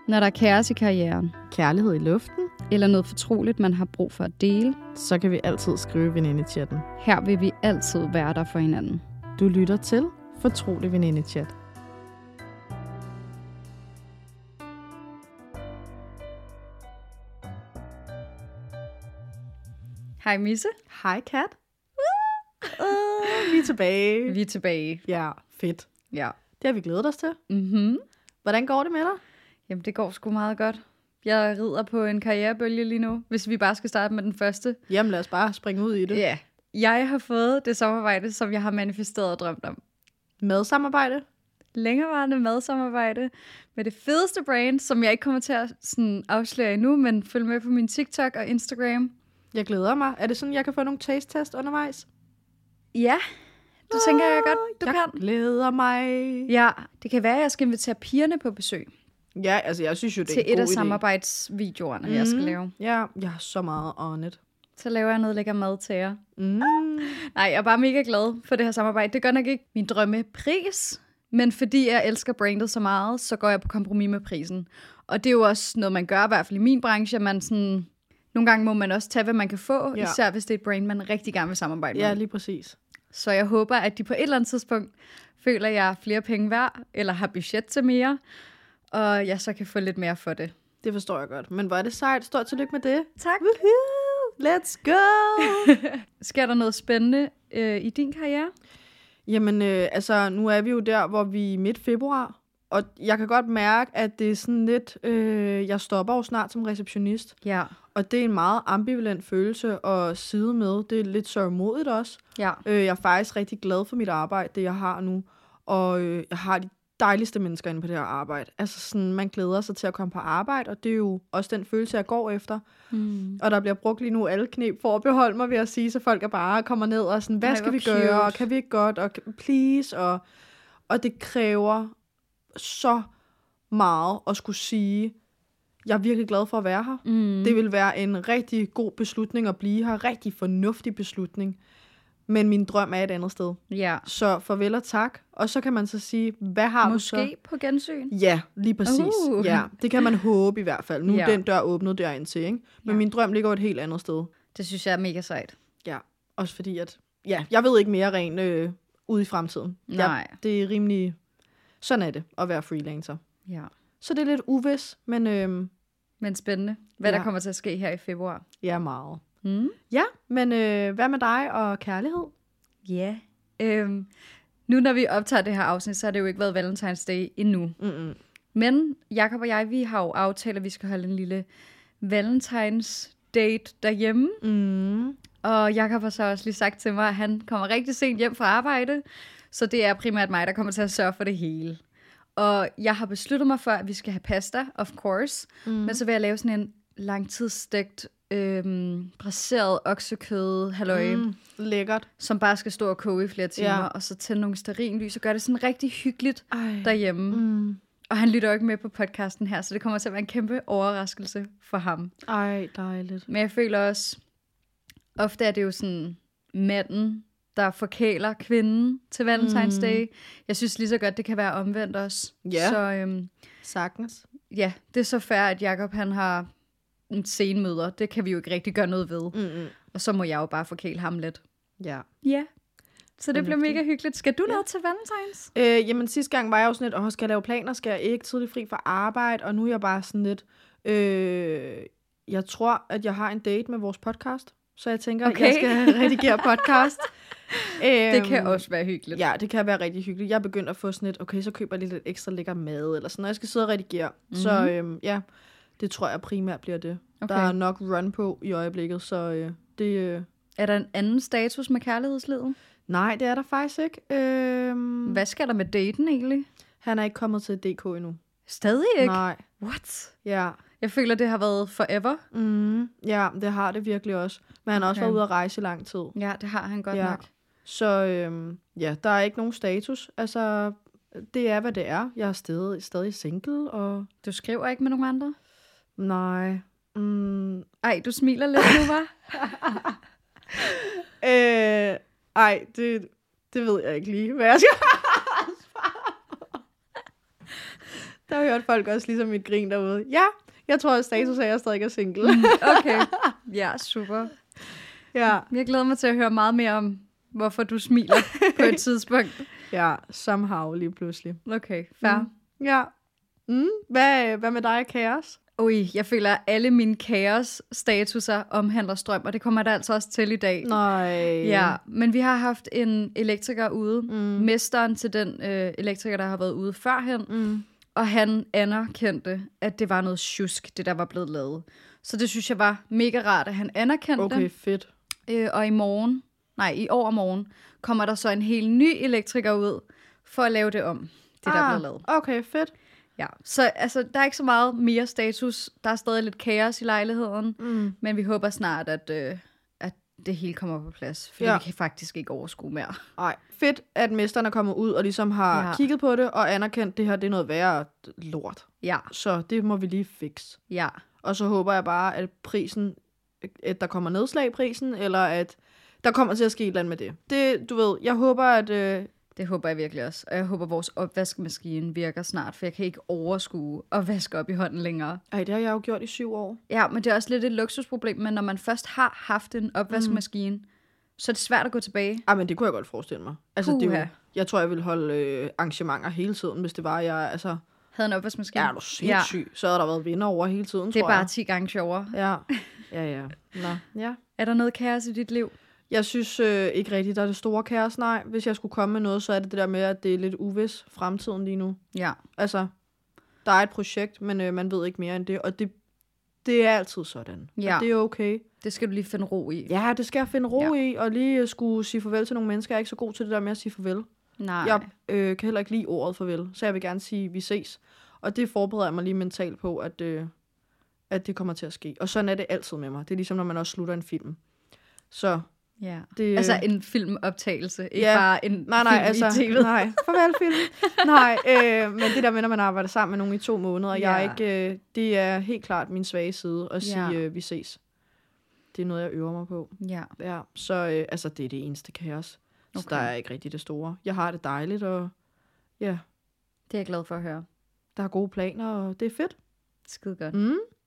Når der er kaos i karrieren, Kærlighed i luften, eller noget fortroligt, man har brug for at dele, så kan vi altid skrive venindechatten. her vil vi altid være der for hinanden. Du lytter til Fortrolig Venindechat. Hej Misse. Hej Kat. Vi er tilbage. Vi er tilbage. Ja, fedt. Ja. Det har vi glædet os til. Mm-hmm. Hvordan går det med dig? Jamen, det går sgu meget godt. Jeg rider på en karrierebølge lige nu, hvis vi bare skal starte med den første. Jamen lad os bare springe ud i det. Ja. Jeg har fået det samarbejde, som jeg har manifesteret og drømt om. Madsamarbejde? Længerevarende madsamarbejde med det fedeste brand, som jeg ikke kommer til at sådan afsløre endnu, men følg med på min TikTok og Instagram. Jeg glæder mig. Er det sådan, jeg kan få nogle taste-test undervejs? Ja, det tænker jeg godt, du jeg kan. Glæder mig. Ja, det kan være, at jeg skal invitere pigerne på besøg. Ja, altså jeg synes jo, det er til en god et af idé. samarbejdsvideoerne, jeg skal lave. Ja, jeg har så meget on it. Så laver jeg noget lækker mad til jer. Mm. Nej, jeg er bare mega glad for det her samarbejde. Det er godt nok ikke min drømmepris, men fordi jeg elsker brandet så meget, så går jeg på kompromis med prisen. Og det er jo også noget, man gør, i hvert fald i min branche. Man sådan, nogle gange må man også tage, hvad man kan få, især hvis det er et brand, man rigtig gerne vil samarbejde med. Ja, lige præcis. Så jeg håber, at de på et eller andet tidspunkt føler, at jeg er flere penge værd, eller har budget til mere, og jeg så kan få lidt mere for det. Det forstår jeg godt. Men hvor er det sejt. Stort tillykke med det. Tak. Woohoo! Let's go! Sker der noget spændende i din karriere? Jamen, altså, nu er vi jo der, hvor vi er midt februar, og jeg kan godt mærke, at det er sådan lidt, jeg stopper jo snart som receptionist, Ja. og det er en meget ambivalent følelse at sidde med. Det er lidt sørgmodigt også. Ja. Jeg er faktisk rigtig glad for mit arbejde, det jeg har nu, og jeg har de dejligste mennesker inde på det her arbejde. Altså sådan, man glæder sig til at komme på arbejde, og det er jo også den følelse, jeg går efter. Mm. Og der bliver brugt lige nu alle knep for at beholde mig ved at sige, så folk er bare kommer ned og sådan, hvad skal vi gøre, og kan vi ikke godt, og please, og det kræver så meget at skulle sige, jeg er virkelig glad for at være her. Mm. Det vil være en rigtig god beslutning at blive her, rigtig fornuftig beslutning. Men min drøm er et andet sted. Ja. Så farvel og tak. Og så kan man så sige, hvad har du så? Måske på gensyn? Ja, lige præcis. Ja, det kan man håbe i hvert fald. Nu er den dør åbnet derind til, ikke? Men min drøm ligger et helt andet sted. Det synes jeg er mega sejt. Ja, også fordi at, jeg ved ikke mere rent ude i fremtiden. Nej. Ja, det er rimelig, sådan er det at være freelancer. Ja. Så det er lidt uvis, men Men spændende. Hvad der kommer til at ske her i februar. ja, meget. Mm. Ja, men hvad med dig og kærlighed? Ja. Nu når vi optager det her afsnit, så har det jo ikke været Valentine's Day endnu. Mm-mm. Men Jakob og jeg, vi har jo aftalt, at vi skal holde en lille Valentine's date derhjemme. Mm. Og Jakob har så også lige sagt til mig, at han kommer rigtig sent hjem fra arbejde. Så det er primært mig, der kommer til at sørge for det hele. Og jeg har besluttet mig for, at vi skal have pasta, of course. Men så vil jeg lave sådan en langtidsstegt, braseret oksekød, halløj, Lækkert. som bare skal stå og koge i flere timer, og så tænde nogle stearinlys, og gøre det sådan rigtig hyggeligt derhjemme. Mm. Og han lytter jo ikke med på podcasten her, så det kommer til at være en kæmpe overraskelse for ham. Ej, dejligt. Men jeg føler også, ofte er det jo sådan manden, der forkæler kvinden til Valentine's Day. Jeg synes lige så godt, det kan være omvendt også. Ja, så, sagtens. Ja, det er så fair, at Jakob han har en senmøder. Det kan vi jo ikke rigtig gøre noget ved. Mm-mm. Og så må jeg jo bare forkæle ham lidt. Ja. Ja. Så det bliver mega hyggeligt. Skal du noget til Valentines? Jamen sidste gang var jeg jo sådan lidt, skal jeg lave planer, skal jeg ikke tidligt fri fra arbejde, og nu er jeg bare sådan lidt, jeg tror, at jeg har en date med vores podcast, så jeg tænker, at jeg skal redigere podcast. Det kan også være hyggeligt. Ja, det kan være rigtig hyggeligt. Jeg er begyndt at få sådan lidt, så køber jeg lige lidt ekstra lækker mad, eller sådan, når jeg skal sidde og redigere. Mm-hmm. Så det tror jeg primært bliver det. Okay. Der er nok run på i øjeblikket, så det... Er der en anden status med kærlighedslivet? Nej, det er der faktisk ikke. Hvad skal der med daten egentlig? Han er ikke kommet til DK endnu. Stadig ikke? Nej. What? Ja. Jeg føler, det har været forever. Ja, det har det virkelig også. Men han har også været ude at rejse i lang tid. Ja, det har han godt nok. Så der er ikke nogen status. Altså, det er, hvad det er. Jeg er stadig single, og... Du skriver ikke med nogen andre? Nej. Ej, du smiler lidt nu, hva'? Ej, det ved jeg ikke lige, hvad jeg skal. Der hørte folk også ligesom mit grin derude. Ja, jeg tror, at status er, at jeg stadig er single. Okay, ja, super. Ja. Jeg glæder mig til at høre meget mere om, hvorfor du smiler på et tidspunkt. Ja, somehow lige pludselig. Okay, fair. Ja. Hvad med dig, Kaos? Ui, jeg føler, at alle mine kaos-statuser omhandler strøm, og det kommer der altså også til i dag. Nej. Ja, men vi har haft en elektriker ude, mesteren til den elektriker, der har været ude førhen, og han anerkendte, at det var noget sjusk, det der var blevet lavet. Så det synes jeg var mega rart, at han anerkendte. Okay, fedt. Og i overmorgen, kommer der så en helt ny elektriker ud, for at lave det om, det der er blevet lavet. Okay, fedt. Ja, så altså, der er ikke så meget mere status. Der er stadig lidt kaos i lejligheden, men vi håber snart, at det hele kommer på plads, fordi vi kan faktisk ikke overskue mere. Nej, fedt, at mesteren er kommet ud og ligesom har kigget på det og anerkendt, det her det er noget værre lort. Ja. Så det må vi lige fikse. Ja. Og så håber jeg bare, at prisen, at der kommer nedslag i prisen, eller at der kommer til at ske et eller andet med det. Det, du ved, jeg håber, at... Det håber jeg virkelig også. Og jeg håber, at vores opvaskemaskine virker snart, for jeg kan ikke overskue at vaske op i hånden længere. Ej, det har jeg jo gjort i 7 år. Ja, men det er også lidt et luksusproblem, men når man først har haft en opvaskemaskine, så er det svært at gå tilbage. Ej, men det kunne jeg godt forestille mig. Altså, det jo, jeg tror, jeg ville holde arrangementer hele tiden, hvis det var, jeg havde en opvaskemaskine. Ja, du er sindssyg. Så havde der været vinder over hele tiden, det er bare 10 gange sjovere. Ja. Nå, ja. Er der noget kaos i dit liv? Jeg synes ikke rigtigt, der er det store kaos. Nej, hvis jeg skulle komme med noget, så er det det der med, at det er lidt uvis fremtiden lige nu. Ja. Altså, der er et projekt, men man ved ikke mere end det, og det er altid sådan. Ja. Og det er okay. Det skal du lige finde ro i. Ja, det skal jeg finde ro i, og lige skulle sige farvel til nogle mennesker. Jeg er ikke så god til det der med at sige farvel. Nej. Jeg kan heller ikke lide ordet farvel, så jeg vil gerne sige, vi ses. Og det forbereder jeg mig lige mentalt på, at det kommer til at ske. Og sådan er det altid med mig. Det er ligesom, når man også slutter en film. Så... Ja. Det, altså en filmoptagelse, ikke bare en film i tv'et. Nej, farvel film. Nej, men det der med, når man arbejder sammen med nogen i 2 måneder, jeg ikke, det er helt klart min svage side at sige, vi ses. Det er noget, jeg øver mig på. Ja. Så altså, det er det eneste kaos. Okay. Så der er ikke rigtig det store. Jeg har det dejligt, og ja. Det er jeg glad for at høre. Der er gode planer, og det er fedt. Skide godt.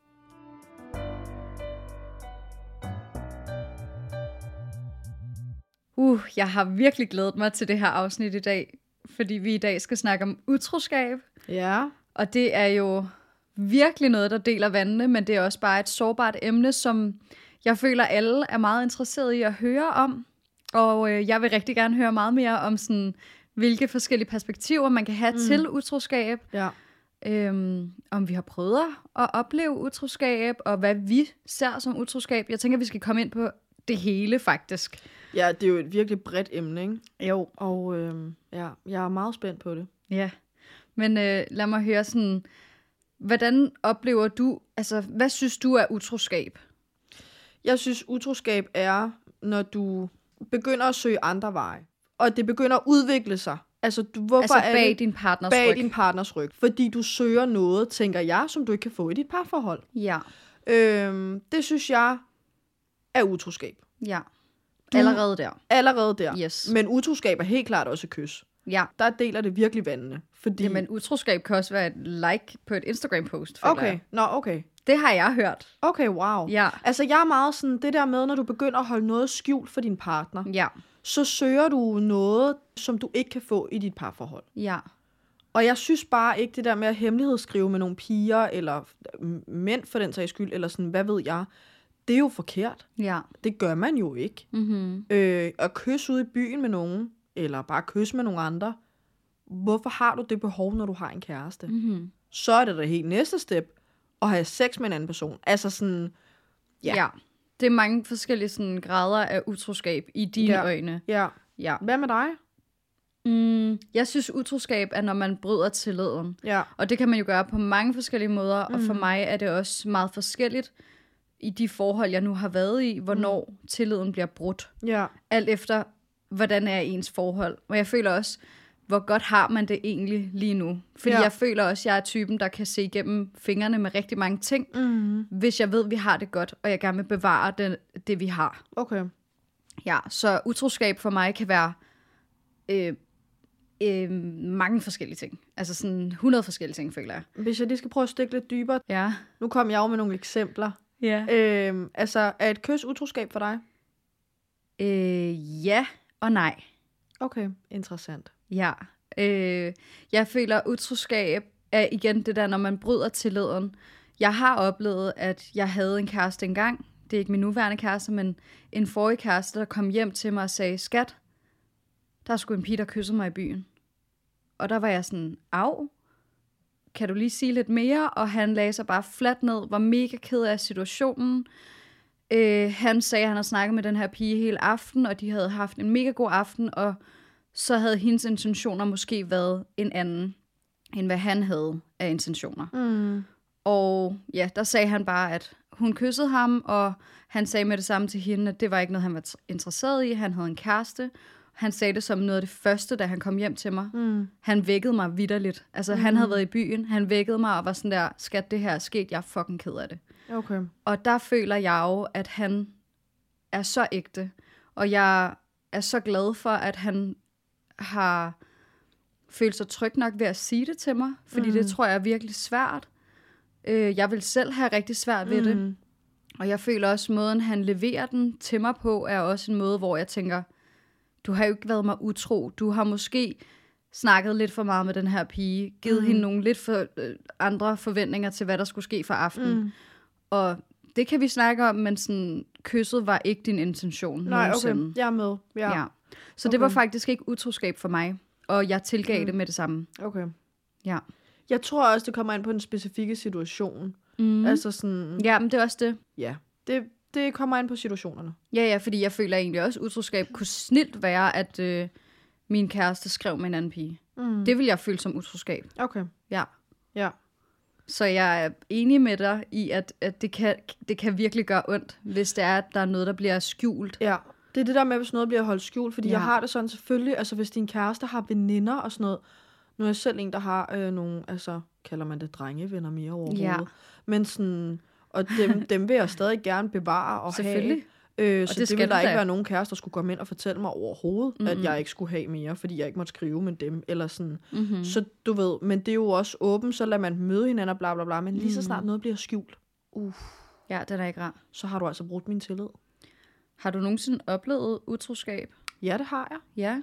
Jeg har virkelig glædet mig til det her afsnit i dag, fordi vi i dag skal snakke om utroskab. Ja. Og det er jo virkelig noget, der deler vandene, men det er også bare et sårbart emne, som jeg føler, alle er meget interesserede i at høre om. Og jeg vil rigtig gerne høre meget mere om, sådan, hvilke forskellige perspektiver man kan have til utroskab. Ja. Om vi har prøvet at opleve utroskab, og hvad vi ser som utroskab. Jeg tænker, vi skal komme ind på det hele, faktisk. Ja, det er jo et virkelig bredt emne, ikke? Jo. Og jeg er meget spændt på det. Ja, men lad mig høre sådan, hvordan oplever du, altså hvad synes du er utroskab? Jeg synes, utroskab er, når du begynder at søge andre veje, og det begynder at udvikle sig. Altså, hvorfor altså bag din partners ryg? Bag din partners ryg. Fordi du søger noget, tænker jeg, som du ikke kan få i dit parforhold. Ja. Det synes jeg er utroskab. Ja. Allerede der. Allerede der. Yes. Men utroskab er helt klart også et kys. Ja. Der deler det virkelig vandene. Fordi... Jamen, utroskab kan også være et like på et Instagram-post. Okay, okay. Det har jeg hørt. Okay, wow. Ja. Altså, jeg er meget sådan, det der med, når du begynder at holde noget skjult for din partner, ja, så søger du noget, som du ikke kan få i dit parforhold. Ja. Og jeg synes bare ikke, det der med at hemmelighedsskrive med nogle piger, eller mænd for den sags skyld, eller sådan, hvad ved jeg, det er jo forkert. Ja. Det gør man jo ikke. Mm-hmm. At kysse ude i byen med nogen, eller bare kysse med nogle andre, hvorfor har du det behov, når du har en kæreste? Mm-hmm. Så er det da helt næste step, at have sex med en anden person. Altså sådan, ja. Det er mange forskellige sådan, grader af utroskab i dine øjne. Ja. Hvad med dig? Jeg synes, utroskab er, når man bryder tilliden. Ja. Og det kan man jo gøre på mange forskellige måder, og for mig er det også meget forskelligt i de forhold, jeg nu har været i, hvornår tilliden bliver brudt. Ja. Alt efter, hvordan er ens forhold. Og jeg føler også, hvor godt har man det egentlig lige nu. Fordi jeg føler også, jeg er typen, der kan se igennem fingrene med rigtig mange ting, hvis jeg ved, vi har det godt, og jeg gerne vil bevare det vi har. Okay. Ja, så utroskab for mig kan være Mange forskellige ting. Altså sådan 100 forskellige ting, føler jeg. Hvis jeg lige skal prøve at stikke lidt dybere. Ja. Nu kom jeg jo med nogle eksempler. Ja. Altså, er et kys utroskab for dig? Ja og nej. Okay, interessant. Ja. Jeg føler, utroskab er igen det der, når man bryder tilliden. Jeg har oplevet, at jeg havde en kæreste engang. Det er ikke min nuværende kæreste, men en forrige kæreste, der kom hjem til mig og sagde, skat, der er sgu en pige, der kyssede mig i byen. Og der var jeg sådan, au, kan du lige sige lidt mere? Og han lagde sig bare fladt ned, var mega ked af situationen. Han sagde, at han havde snakket med den her pige hele aften, og de havde haft en mega god aften, og så havde hendes intentioner måske været en anden, end hvad han havde af intentioner. Mm. Og ja, der sagde han bare, at hun kyssede ham, og han sagde med det samme til hende, at det var ikke noget, han var interesseret i. Han havde en kæreste. Han sagde det som noget af det første, da han kom hjem til mig. Mm. Han vækkede mig vitterligt. Altså, han havde været i byen. Han vækkede mig og var sådan der, skat, det her er sket. Jeg er fucking ked af det. Okay. Og der føler jeg jo, at han er så ægte. Og jeg er så glad for, at han har følt sig tryg nok ved at sige det til mig. Fordi det tror jeg er virkelig svært. Jeg vil selv have rigtig svært ved det. Og jeg føler også, at måden, han leverer den til mig på, er også en måde, hvor jeg tænker, du har jo ikke været mig utro. Du har måske snakket lidt for meget med den her pige, givet hende nogle lidt for, andre forventninger til, hvad der skulle ske for aftenen. Og det kan vi snakke om, men sådan, kysset var ikke din intention. Nej, nogensinde. okay. Jeg er med. Ja. Så det var faktisk ikke utroskab for mig, og jeg tilgav det med det samme. Okay. Ja. Jeg tror også, det kommer ind på den specifikke situation. Altså sådan... Ja, men det er også det. Ja, det kommer ind på situationerne. Ja, fordi jeg føler egentlig også, at utroskab kunne snilt være, at min kæreste skrev med en anden pige. Det vil jeg føle som utroskab. Okay. Ja. Ja. Så jeg er enig med dig i, at det kan virkelig gøre ondt, hvis det er, at der er noget, der bliver skjult. Ja, det er det der med, hvis noget bliver holdt skjult. Fordi jeg har det sådan selvfølgelig, altså hvis din kæreste har veninder og sådan noget. Nu er jeg selv en, der har nogle, altså kalder man det drengevenner mere overhovedet. Ja. Men sådan, og dem vil jeg stadig gerne bevare og selvfølgelig. Have. Så det vil der ikke være nogen kæreste, der skulle komme ind og fortælle mig overhovedet, at jeg ikke skulle have mere, fordi jeg ikke måtte skrive med dem, eller sådan. Så du ved, men det er jo også åbent, så lader man møde hinanden og bla bla bla, men lige så snart noget bliver skjult, ja, den er ikke rar. Så har du altså brudt min tillid. Har du nogensinde oplevet utroskab? Ja, det har jeg. Ja.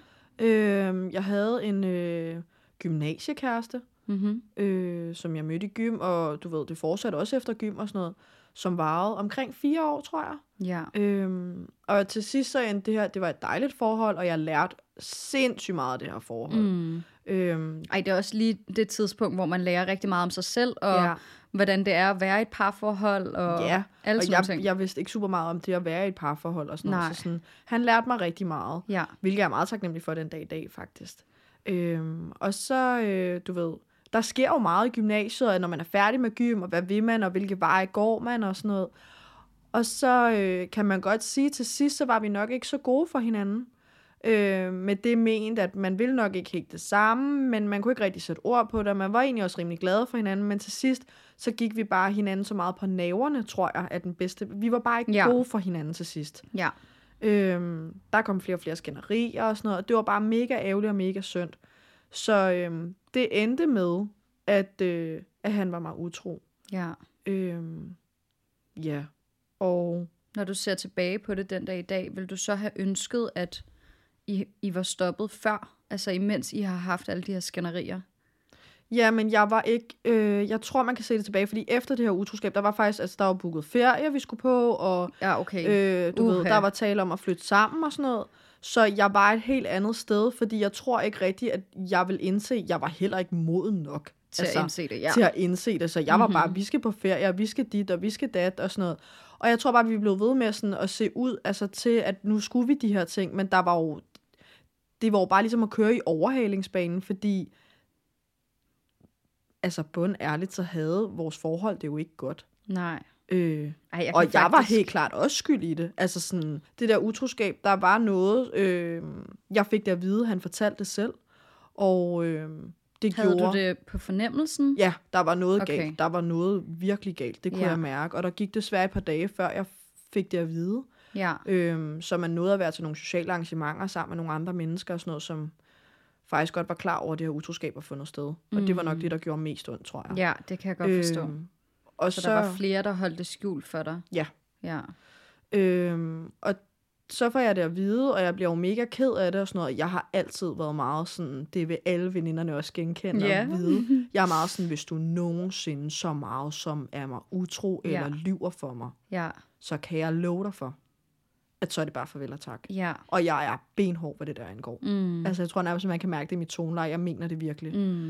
Jeg havde en gymnasiekæreste, som jeg mødte i gym, og du ved, det fortsatte også efter gym og sådan noget, som varede omkring 4 år, tror jeg. Ja. Og til sidst så endte det her, det var et dejligt forhold, og jeg lærte sindssygt meget af det her forhold. Det er også lige det tidspunkt, hvor man lærer rigtig meget om sig selv, og hvordan det er at være i et parforhold, og alle sådan ting. Jeg vidste ikke super meget om det at være i et parforhold og sådan noget. Så sådan, han lærte mig rigtig meget, hvilket jeg er meget taknemmelig for den dag i dag, faktisk. Og så, du ved, der sker jo meget i gymnasiet, og når man er færdig med gym, og hvad vil man, og hvilke veje går man, og sådan noget. Og så kan man godt sige, til sidst, så var vi nok ikke så gode for hinanden. Med det ment, at man ville nok ikke helt det samme, men man kunne ikke rigtig sætte ord på det, og man var egentlig også rimelig glade for hinanden, men til sidst, så gik vi bare hinanden så meget på nerverne, tror jeg, er den bedste. Vi var bare ikke gode for hinanden til sidst. Ja. Der kom flere og flere skænderier og sådan noget, og det var bare mega ærgerligt og mega synd. Så det endte med, at han var mig utro. Ja. Ja. Og når du ser tilbage på det den dag i dag, vil du så have ønsket, at I var stoppet før? Altså imens I har haft alle de her skænderier? Ja, men jeg var ikke... jeg tror, man kan se det tilbage, fordi efter det her utroskab, der var faktisk... Altså, der var booket ferie, vi skulle på, og... Ja, okay. Du ved, der var tale om at flytte sammen og sådan noget. Så jeg var et helt andet sted, fordi jeg tror ikke rigtigt, at jeg vil indse... Jeg var heller ikke moden nok. Til at indse det, ja. Til at indse det. Så jeg var bare, vi skal på ferie, og vi skal dit, og vi skal dat, og sådan noget. Og jeg tror bare, vi blev ved med sådan at se ud, altså til, at nu skulle vi de her ting, men der var jo... Det var jo bare ligesom at køre i overhalingsbanen, fordi... Altså, bund ærligt, så havde vores forhold det jo ikke godt. Nej. Jeg var helt klart også skyld i det. Altså sådan, det der utroskab, der var noget, jeg fik det at vide, han fortalte det selv, og det havde gjorde... du det på fornemmelsen? Ja, der var noget galt. Der var noget virkelig galt, det kunne jeg mærke, og der gik desværre et par dage, før jeg fik det at vide. Ja. Så man nåede at være til nogle sociale arrangementer sammen med nogle andre mennesker og sådan noget, faktisk godt var klar over, at det her utroskab var fundet sted. Og det var nok det, der gjorde mest ondt, tror jeg. Ja, det kan jeg godt forstå. Og så der var flere, der holdt det skjult for dig? Ja. Ja. Og så får jeg det at vide, og jeg bliver jo mega ked af det og sådan noget. Jeg har altid været meget sådan, det vil alle veninderne også genkende at vide. Jeg er meget sådan, hvis du nogensinde så meget som er mig utro eller lyver for mig, så kan jeg love dig for, at så er det bare farvel og tak. Ja. Og jeg er benhård, hvad det der angår. Altså jeg tror nærmest, at man kan mærke det i mit toneleje. Jeg mener det virkelig.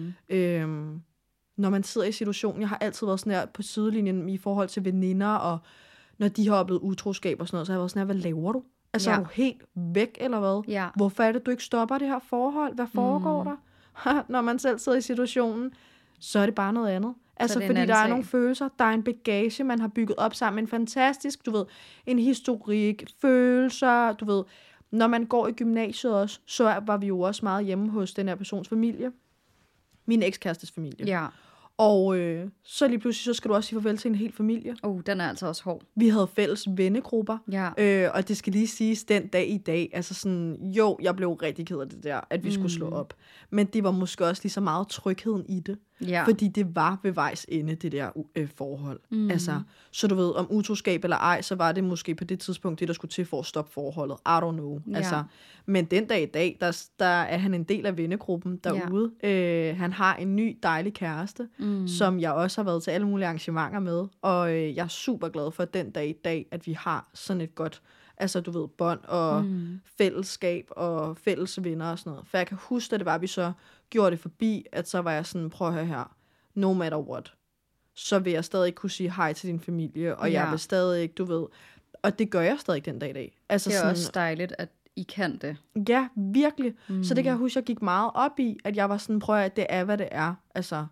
Når man sidder i situationen, jeg har altid været sådan her på sidelinjen i forhold til veninder, og når de har oplevet utroskab og sådan noget, så har jeg været sådan her, hvad laver du? Altså er du helt væk, eller hvad? Ja. Hvorfor er det, du ikke stopper det her forhold? Hvad foregår der? Når man selv sidder i situationen, så er det bare noget andet. Altså fordi der er nogle følelser, der er en bagage, man har bygget op sammen. En fantastisk, du ved, en historik, følelser, du ved. Når man går i gymnasiet også, så var vi jo også meget hjemme hos den her persons familie. Min ekskærestes familie. Ja. Og så lige pludselig, så skal du også sige farvel til en hel familie. Den er altså også hård. Vi havde fælles vennegrupper, ja. Og det skal lige siges den dag i dag, altså sådan, jo, jeg blev rigtig ked af det der, at vi skulle slå op. Men det var måske også lige så meget trygheden i det. Ja. Fordi det var ved vejs ende, det der forhold. Altså, så du ved, om utroskab eller ej, så var det måske på det tidspunkt, det der skulle til for at stoppe forholdet. I don't know. Ja. Altså, men den dag i dag, der er han en del af vennegruppen derude. Ja. Han har en ny dejlig kæreste, som jeg også har været til alle mulige arrangementer med. Og jeg er super glad for den dag i dag, at vi har sådan et godt, altså du ved, bånd og fællesskab og fælles venner og sådan noget. For jeg kan huske, at det var, at vi så gjorde det forbi, at så var jeg sådan, prøv at høre her, no matter what, så vil jeg stadig kunne sige hej til din familie, og jeg vil stadig ikke, du ved, og det gør jeg stadig den dag i dag. Altså det er sådan, også dejligt, at I kan det. Ja, virkelig. Så det kan jeg huske, jeg gik meget op i, at jeg var sådan, prøv at høre, det er, hvad det er. Altså.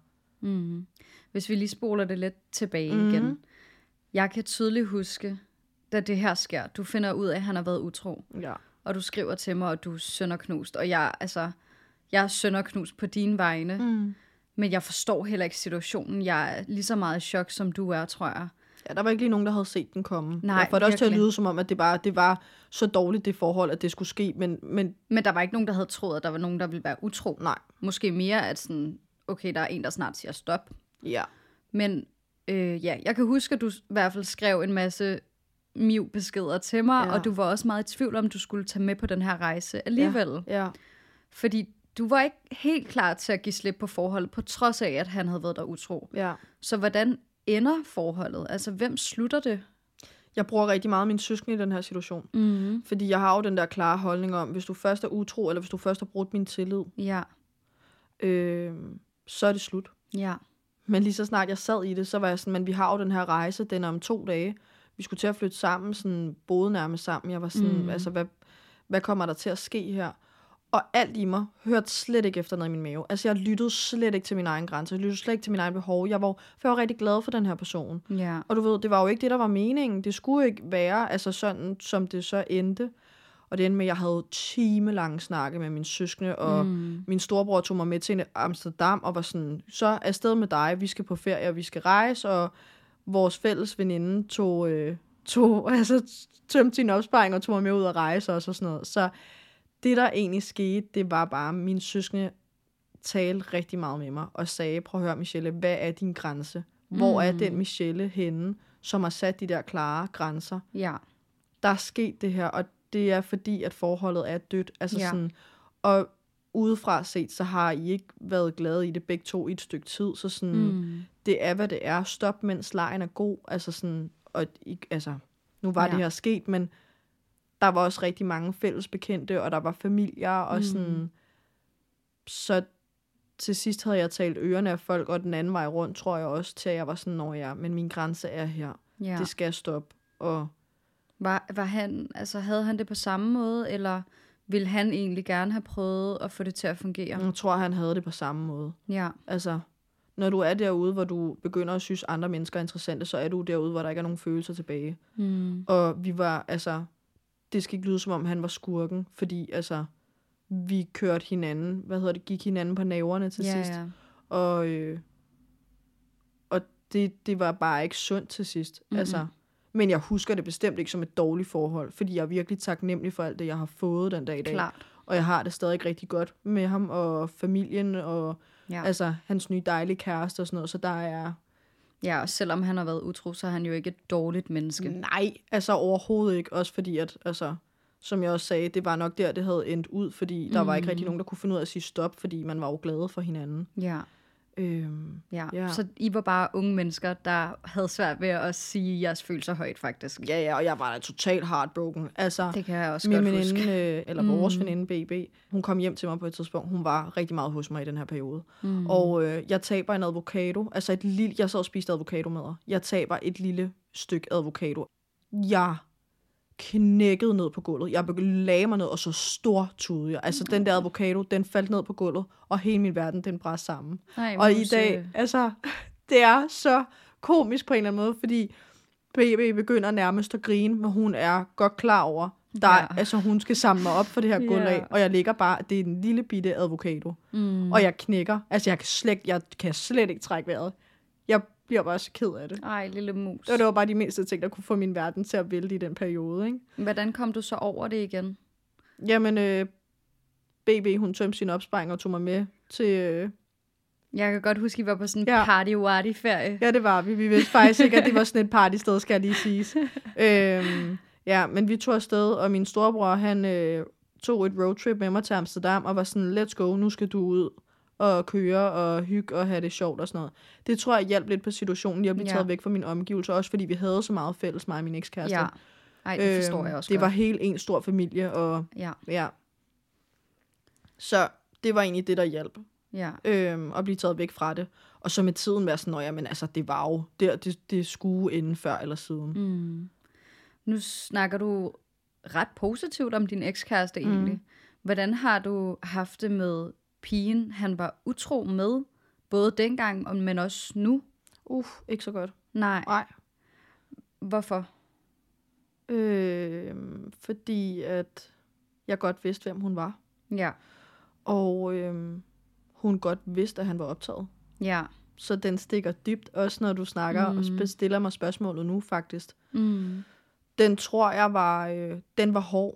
Hvis vi lige spoler det lidt tilbage igen. Jeg kan tydeligt huske, da det her sker, du finder ud af, at han har været utro. Ja. Og du skriver til mig, og du er sønderknust. Og jeg er sønderknust på dine vegne. Men jeg forstår heller ikke situationen. Jeg er lige så meget i chok, som du er, tror jeg. Ja, der var ikke lige nogen, der havde set den komme. Nej, jeg får det også til at lyde som om, at det var så dårligt det forhold, at det skulle ske. Men der var ikke nogen, der havde troet, at der var nogen, der ville være utro. Nej. Måske mere, at sådan, okay, der er en, der snart siger stop. Ja. Men jeg kan huske, at du i hvert fald skrev en masse beskeder til mig, og du var også meget i tvivl om, du skulle tage med på den her rejse alligevel. Ja. Fordi du var ikke helt klar til at give slip på forholdet, på trods af, at han havde været der utro. Ja. Så hvordan ender forholdet? Altså, hvem slutter det? Jeg bruger rigtig meget min søskende i den her situation. Fordi jeg har jo den der klare holdning om, hvis du først er utro, eller hvis du først har brudt min tillid, så er det slut. Ja. Men lige så snart jeg sad i det, så var jeg sådan, men vi har jo den her rejse, den er om 2 dage. Vi skulle til at flytte sammen, sådan boede nærmest sammen. Jeg var sådan, altså, hvad kommer der til at ske her? Og alt i mig hørte slet ikke efter noget i min mave. Altså, jeg lyttede slet ikke til min egen grænse. Jeg lyttede slet ikke til min egen behov. For jeg var rigtig glad for den her person. Ja. Og du ved, det var jo ikke det, der var meningen. Det skulle ikke være, altså sådan, som det så endte. Og det endte med, at jeg havde timelange snakke med min søskende, og min storebror tog mig med til Amsterdam, og var sådan, så afsted med dig, vi skal på ferie, og vi skal rejse, og vores fælles veninde tømte sin opsparing, og tog mig med ud at rejse, og sådan noget. Så det, der egentlig skete, det var bare, at min søskende talte rigtig meget med mig, og sagde, prøv at høre, Michelle, hvad er din grænse? Hvor er den Michelle henne, som har sat de der klare grænser? Ja. Der er sket det her, og det er fordi, at forholdet er dødt. Altså sådan, og udefra set, så har I ikke været glade i det begge to i et stykke tid, så sådan, det er, hvad det er. Stop, mens lejen er god. Altså sådan, og altså, nu var det her sket, men der var også rigtig mange fælles bekendte, og der var familier, og sådan, så til sidst havde jeg talt ørerne af folk, og den anden vej rundt, tror jeg også, til at jeg var sådan, men min grænse er her. Ja. Det skal stoppe. Og var han, altså havde han det på samme måde, eller ville han egentlig gerne have prøvet at få det til at fungere? Jeg tror, han havde det på samme måde. Ja. Altså, når du er derude, hvor du begynder at synes, andre mennesker er interessante, så er du derude, hvor der ikke er nogen følelser tilbage. Og vi var, altså, det skal ikke lyde, som om han var skurken, fordi, altså, vi kørte hinanden, gik hinanden på næverne til sidst. Ja. Og det var bare ikke sundt til sidst. Altså, men jeg husker det bestemt ikke som et dårligt forhold, fordi jeg er virkelig taknemmelig for alt det, jeg har fået den dag i dag. Klart. Og jeg har det stadig rigtig godt med ham og familien, og altså hans nye dejlige kæreste og sådan noget, så der er... Ja, og selvom han har været utro, så er han jo ikke et dårligt menneske. Nej, altså overhovedet ikke. Også fordi, at, altså, som jeg også sagde, det var nok der, det havde endt ud, fordi der var ikke rigtig nogen, der kunne finde ud af at sige stop, fordi man var jo glade for hinanden. Ja. Så I var bare unge mennesker, der havde svært ved at sige jeres følelser højt, faktisk. Ja, og jeg var da totalt heartbroken. Altså, det kan jeg også godt huske. Eller vores veninde, BB, hun kom hjem til mig på et tidspunkt. Hun var rigtig meget hos mig i den her periode. Og jeg taber en avocado. Altså jeg sad og spiste avocado med. Jeg taber et lille stykke avocado. Jeg knækkede ned på gulvet. Jeg lagde mig ned, og så stortudede jeg. Altså, den der avocado, den faldt ned på gulvet, og hele min verden, den brast sammen. Og i dag, altså, det er så komisk på en eller anden måde, fordi BB begynder nærmest at grine, men hun er godt klar over, altså, hun skal samle mig op for det her gulv af, og jeg ligger bare, det er en lille bitte avocado. Og jeg knækker. Altså, jeg kan slet ikke trække vejret. Jeg bliver bare så ked af det. Ej, lille mus. Og det var bare de mindste ting, der kunne få min verden til at vælte i den periode, ikke? Hvordan kom du så over det igen? Jamen, BB, hun tømte sin opsparing og tog mig med til... Jeg kan godt huske, at I var på sådan en party-warty-ferie. Ja, det var vi. Vi vidste faktisk ikke, at det var sådan et partysted, skal jeg lige siges. Ja, men vi tog afsted, og min storebror, han tog et roadtrip med mig til Amsterdam, og var sådan, let's go, nu skal du ud og køre og hygge og have det sjovt og sådan noget. Det tror jeg hjalp lidt på situationen, lige at blive taget væk fra min omgivelser, også fordi vi havde så meget fælles, mig og min ekskæreste. Ja, ej, det forstår jeg også det godt. Var helt en stor familie, og ja. Så det var egentlig det, der hjalp. Ja. At blive taget væk fra det. Og så med tiden være sådan, jamen altså, det var jo, det skulle ende før eller siden. Nu snakker du ret positivt om din ekskæreste egentlig. Hvordan har du haft det med pigen, han var utro med, både dengang, men også nu? Ikke så godt. Nej. Hvorfor? Fordi at jeg godt vidste, hvem hun var. Ja. Og hun godt vidste, at han var optaget. Ja. Så den stikker dybt, også når du snakker og stiller mig spørgsmålet nu, faktisk. Den tror jeg var, den var hård.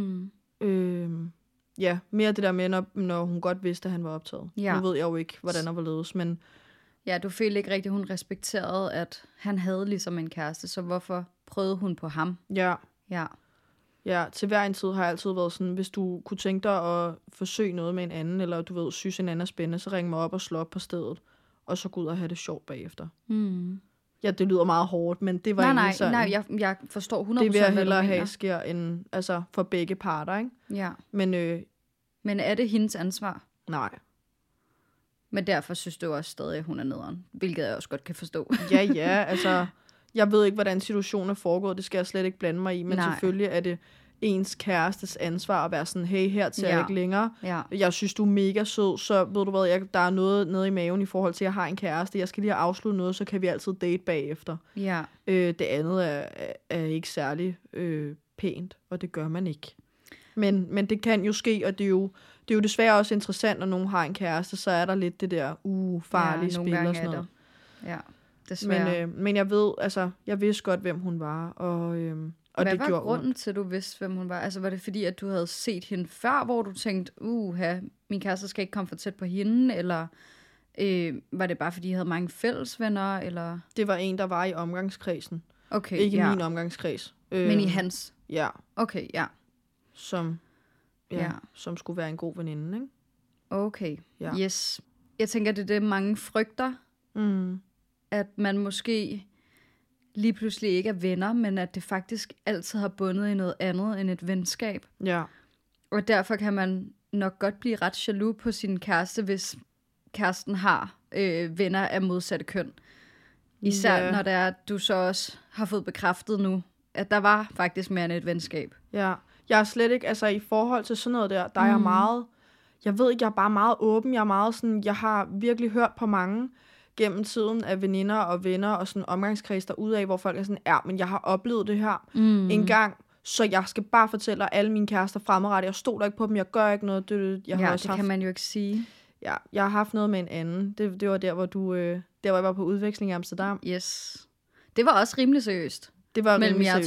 Ja, mere det der med, når hun godt vidste, at han var optaget. Nu ved jeg jo ikke, hvordan der var ledes, men... Ja, du følte ikke rigtigt, hun respekterede, at han havde ligesom en kæreste, så hvorfor prøvede hun på ham? Ja, til hver en tid har jeg altid været sådan, hvis du kunne tænke dig at forsøge noget med en anden, eller du ved, synes en anden er spændende, så ring mig op og slå op på stedet, og så gå ud og have det sjovt bagefter. Ja, det lyder meget hårdt, men det var egentlig sådan... Nej, jeg forstår 100%, det vil jeg hellere have sker end, altså for begge parter, ikke? Ja. Men er det hendes ansvar? Nej. Men derfor synes du også stadig, at hun er nederen, hvilket jeg også godt kan forstå. Ja, altså... Jeg ved ikke, hvordan situationen er foregået, det skal jeg slet ikke blande mig i, men selvfølgelig er det ens kærestes ansvar at være sådan, hey, her til jeg ikke længere. Ja. Jeg synes, du er mega sød, så ved du hvad, der er noget nede i maven i forhold til, at jeg har en kæreste. Jeg skal lige have afsluttet noget, så kan vi altid date bagefter. Ja. Det andet er ikke særlig pænt, og det gør man ikke. Men det kan jo ske, og det er jo desværre også interessant, når nogen har en kæreste, så er der lidt det der farlige spil og sådan noget. Ja. Men jeg ved, altså, jeg vidste godt, hvem hun var, og hvad det var gjorde grunden til, at du vidste, hvem hun var? Altså, var det fordi, at du havde set hende før, hvor du tænkte, min kæreste skal ikke komme for tæt på hende, eller var det bare, fordi I havde mange fællesvenner, eller? Det var en, der var i omgangskredsen. Okay, ikke min omgangskreds. Men i hans? Ja. Okay, ja. Som skulle være en god veninde, ikke? Okay, yes. Jeg tænker, det er det, mange frygter. At man måske lige pludselig ikke er venner, men at det faktisk altid har bundet i noget andet end et venskab. Ja. Og derfor kan man nok godt blive ret jaloux på sin kæreste, hvis kæresten har venner af modsatte køn. Især når det er, at du så også har fået bekræftet nu, at der var faktisk mere end et venskab. Ja, jeg er slet ikke, altså i forhold til sådan noget der er jeg meget, jeg ved ikke, jeg er bare meget åben, jeg er meget sådan, jeg har virkelig hørt på mange gennem tiden af veninder og venner og sådan omgangskreds derudaf, hvor folk er sådan, men jeg har oplevet det her en gang, så jeg skal bare fortælle alle mine kærester fremadrettet, jeg stoler ikke på dem, jeg gør ikke noget. Det kan man jo ikke sige. Ja, jeg har haft noget med en anden. Det var der, hvor der hvor jeg var på udveksling i Amsterdam. Yes. Det var også rimelig seriøst. Det var rimelig seriøst.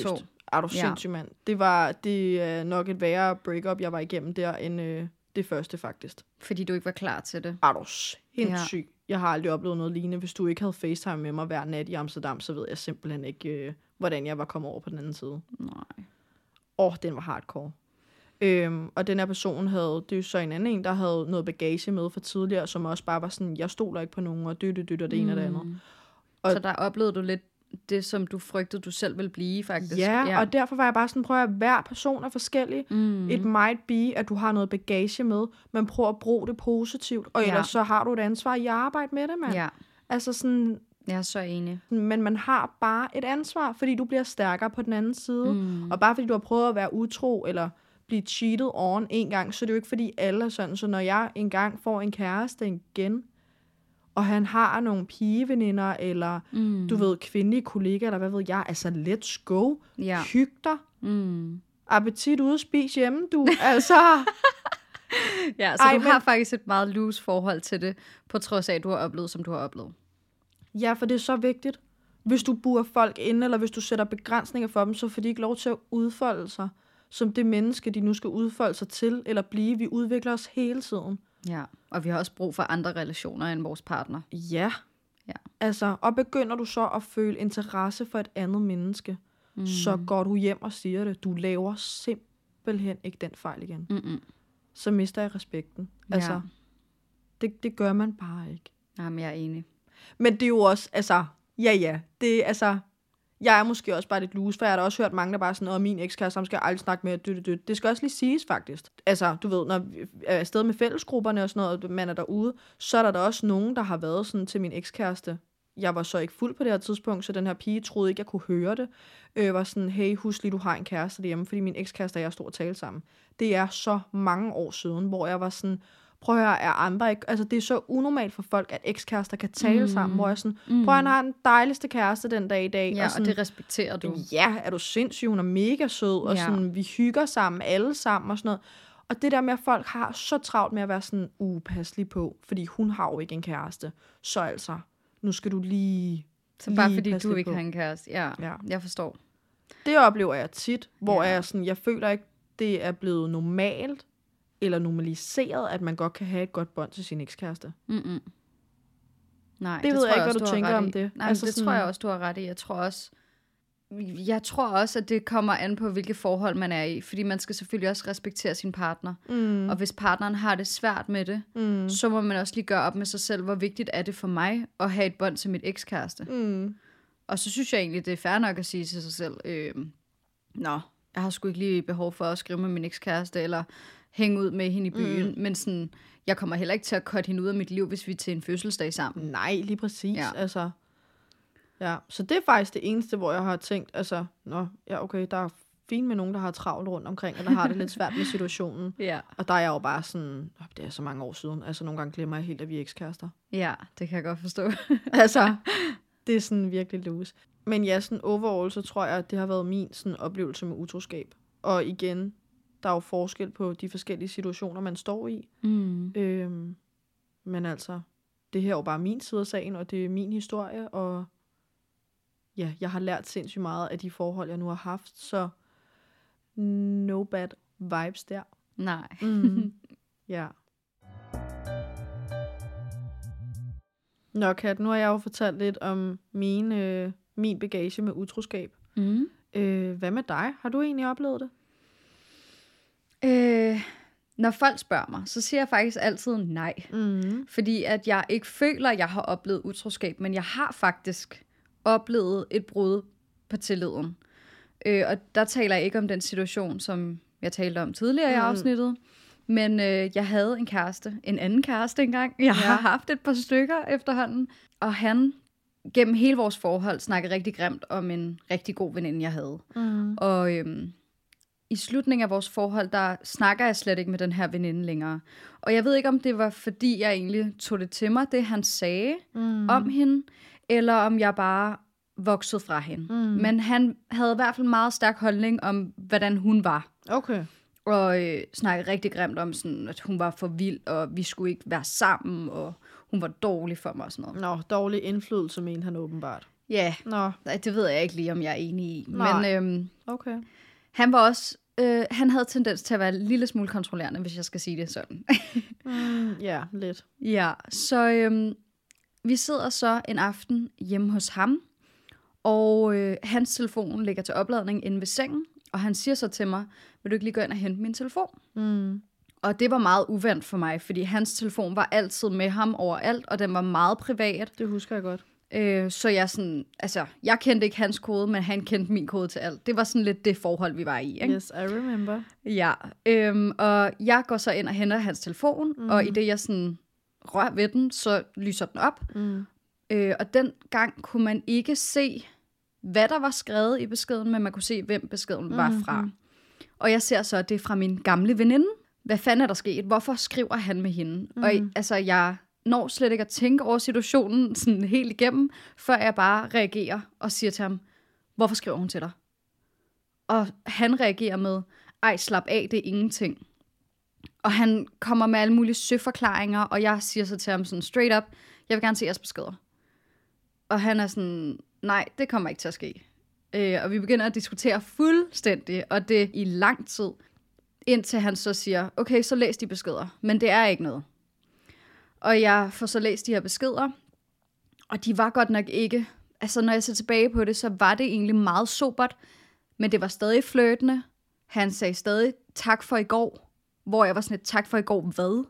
Er du sindssygt, mand. Det er nok et værre breakup, jeg var igennem der, end det første, faktisk. Fordi du ikke var klar til det. Er du sindssygt. Jeg har aldrig oplevet noget lignende. Hvis du ikke havde FaceTime med mig hver nat i Amsterdam, så ved jeg simpelthen ikke, hvordan jeg var kommet over på den anden side. Nej. Den var hardcore. Og den her person havde, det er jo så en anden, der havde noget bagage med for tidligere, som også bare var sådan, jeg stoler ikke på nogen, og det ene og det andet. Og så der oplevede du lidt det, som du frygtede, du selv ville blive, faktisk. Ja, og derfor var jeg bare sådan, prøv at hver person er forskellig. It might be, at du har noget bagage med, men prøv at bruge det positivt, og ellers så har du et ansvar i at arbejde med det, mand. Ja. Altså sådan... Jeg er så enig. Men man har bare et ansvar, fordi du bliver stærkere på den anden side. Og bare fordi du har prøvet at være utro, eller blive cheated on en gang, så er det jo ikke fordi alle er sådan. Så når jeg engang får en kæreste igen, og han har nogle pigeveninder, eller du ved, kvindelige kollegaer, eller hvad ved jeg, altså let's go, hyg dig, appetit ude, spis hjemme, du, altså. Ja, så du har faktisk et meget loose forhold til det, på trods af, at du har oplevet, som du har oplevet. Ja, for det er så vigtigt. Hvis du burer folk inde, eller hvis du sætter begrænsninger for dem, så får de ikke lov til at udfolde sig, som det menneske, de nu skal udfolde sig til, eller blive. Vi udvikler os hele tiden. Ja, og vi har også brug for andre relationer end vores partner. Ja. Altså, og begynder du så at føle interesse for et andet menneske, så går du hjem og siger det. Du laver simpelthen ikke den fejl igen. Så mister jeg respekten. Altså, det gør man bare ikke. Jamen, jeg er enig. Men det er jo også, altså, det altså, jeg er måske også bare lidt loose, for jeg har da også hørt mange, der bare sådan, min ekskæreste, ham skal jeg aldrig snakke med, Det skal også lige siges, faktisk. Altså, du ved, når vi er afsted med fællesgrupperne og sådan noget, man er derude, så er der også nogen, der har været sådan til min ekskæreste. Jeg var så ikke fuld på det her tidspunkt, så den her pige troede ikke, jeg kunne høre det. Var sådan, hey, husk lige, du har en kæreste derhjemme, fordi min ekskæreste og jeg stod og talte sammen. Det er så mange år siden, hvor jeg var sådan, prøv at høre, er andre ikke... Altså, det er så unormalt for folk, at ekskærester kan tale sammen, hvor jeg sådan, prøv at han har den dejligste kæreste den dag i dag. Ja, og, sådan, og det respekterer du. Ja, er du sindssyg, hun er mega sød, og sådan, vi hygger sammen, alle sammen og sådan noget. Og det der med, at folk har så travlt med at være sådan, pas lige på, fordi hun har jo ikke en kæreste. Så altså, nu skal du lige... Så bare fordi du ikke har en kæreste. Ja, jeg forstår. Det oplever jeg tit, hvor jeg føler ikke, det er blevet normalt, eller normaliseret, at man godt kan have et godt bånd til sin ekskæreste. Nej, det ved jeg ikke, hvad du tænker om det. Nej, altså, det tror jeg også, du har ret i. Jeg tror også, at det kommer an på, hvilke forhold man er i. Fordi man skal selvfølgelig også respektere sin partner. Og hvis partneren har det svært med det, så må man også lige gøre op med sig selv, hvor vigtigt er det for mig at have et bånd til mit ekskæreste. Og så synes jeg egentlig, det er fair nok at sige til sig selv, jeg har sgu ikke lige behov for at skrive med min ekskæreste, eller hænge ud med hende i byen, men sådan, jeg kommer heller ikke til at cutte hende ud af mit liv, hvis vi er til en fødselsdag sammen. Nej, lige præcis. Ja. Altså, så det er faktisk det eneste, hvor jeg har tænkt, altså, okay, der er fint med nogen, der har travlt rundt omkring, og der har det lidt svært med situationen. Og der er jeg jo bare sådan, det er så mange år siden, altså nogle gange glemmer jeg helt, at vi er ekskærester. Ja, det kan jeg godt forstå. Altså, det er sådan virkelig loose. Men ja, sådan overall, så tror jeg, at det har været min sådan oplevelse med utroskab. Og igen, der er jo forskel på de forskellige situationer, man står i. Men altså, det her er jo bare min side af sagen, og det er min historie, og ja, jeg har lært sindssygt meget af de forhold, jeg nu har haft, så no bad vibes der. Nej. Ja. Nå, Kat, nu har jeg jo fortalt lidt om min bagage med utroskab. Hvad med dig? Har du egentlig oplevet det? Når folk spørger mig, så siger jeg faktisk altid nej. Fordi at jeg ikke føler, at jeg har oplevet utroskab, men jeg har faktisk oplevet et brud på tilliden. Og der taler jeg ikke om den situation, som jeg talte om tidligere i afsnittet. Men jeg havde en anden kæreste engang. Jeg har haft et par stykker efterhånden. Og han, gennem hele vores forhold, snakkede rigtig grimt om en rigtig god veninde, jeg havde. Og i slutningen af vores forhold, der snakker jeg slet ikke med den her veninde længere. Og jeg ved ikke, om det var, fordi jeg egentlig tog det til mig, det han sagde om hende, eller om jeg bare voksede fra hende. Men han havde i hvert fald en meget stærk holdning om, hvordan hun var. Okay. Og snakkede rigtig grimt om, sådan, at hun var for vild, og vi skulle ikke være sammen, og hun var dårlig for mig og sådan noget. Dårlig indflydelse, mente han åbenbart. Ja, Nå. det ved jeg ikke lige, om jeg er enig i. Nej. Men Okay. han var også... han havde tendens til at være en lille smule kontrollerende, hvis jeg skal sige det sådan. Ja, lidt. Ja, så vi sidder så en aften hjemme hos ham, og hans telefon ligger til opladning inde ved sengen, og han siger så til mig, vil du ikke lige gå ind og hente min telefon? Og det var meget uvendt for mig, fordi hans telefon var altid med ham overalt, og den var meget privat. Det husker jeg godt. Så jeg kendte ikke hans kode, men han kendte min kode til alt. Det var sådan lidt det forhold, vi var i. Ikke? Yes, I remember. Ja, og jeg går så ind og henter hans telefon, og i det jeg sådan rører ved den, så lyser den op. Og den gang kunne man ikke se, hvad der var skrevet i beskeden, men man kunne se, hvem beskeden var fra. Og jeg ser så, at det er fra min gamle veninde. Hvad fanden er der sket? Hvorfor skriver han med hende? Og jeg når slet ikke at tænke over situationen sådan helt igennem, før jeg bare reagerer og siger til ham, hvorfor skriver hun til dig? Og han reagerer med, ej, slap af, det er ingenting. Og han kommer med alle mulige søforklaringer, og jeg siger så til ham sådan straight up, jeg vil gerne se jeres beskeder. Og han er sådan, nej, det kommer ikke til at ske. Og vi begynder at diskutere fuldstændig, og det i lang tid, indtil han så siger, okay, så læs de beskeder, men det er ikke noget. Og jeg får så læst de her beskeder, og de var godt nok ikke, altså når jeg ser tilbage på det, så var det egentlig meget sobert, men det var stadig flirtende. Han sagde stadig tak for i går, hvor jeg var sådan et tak for i går hvad?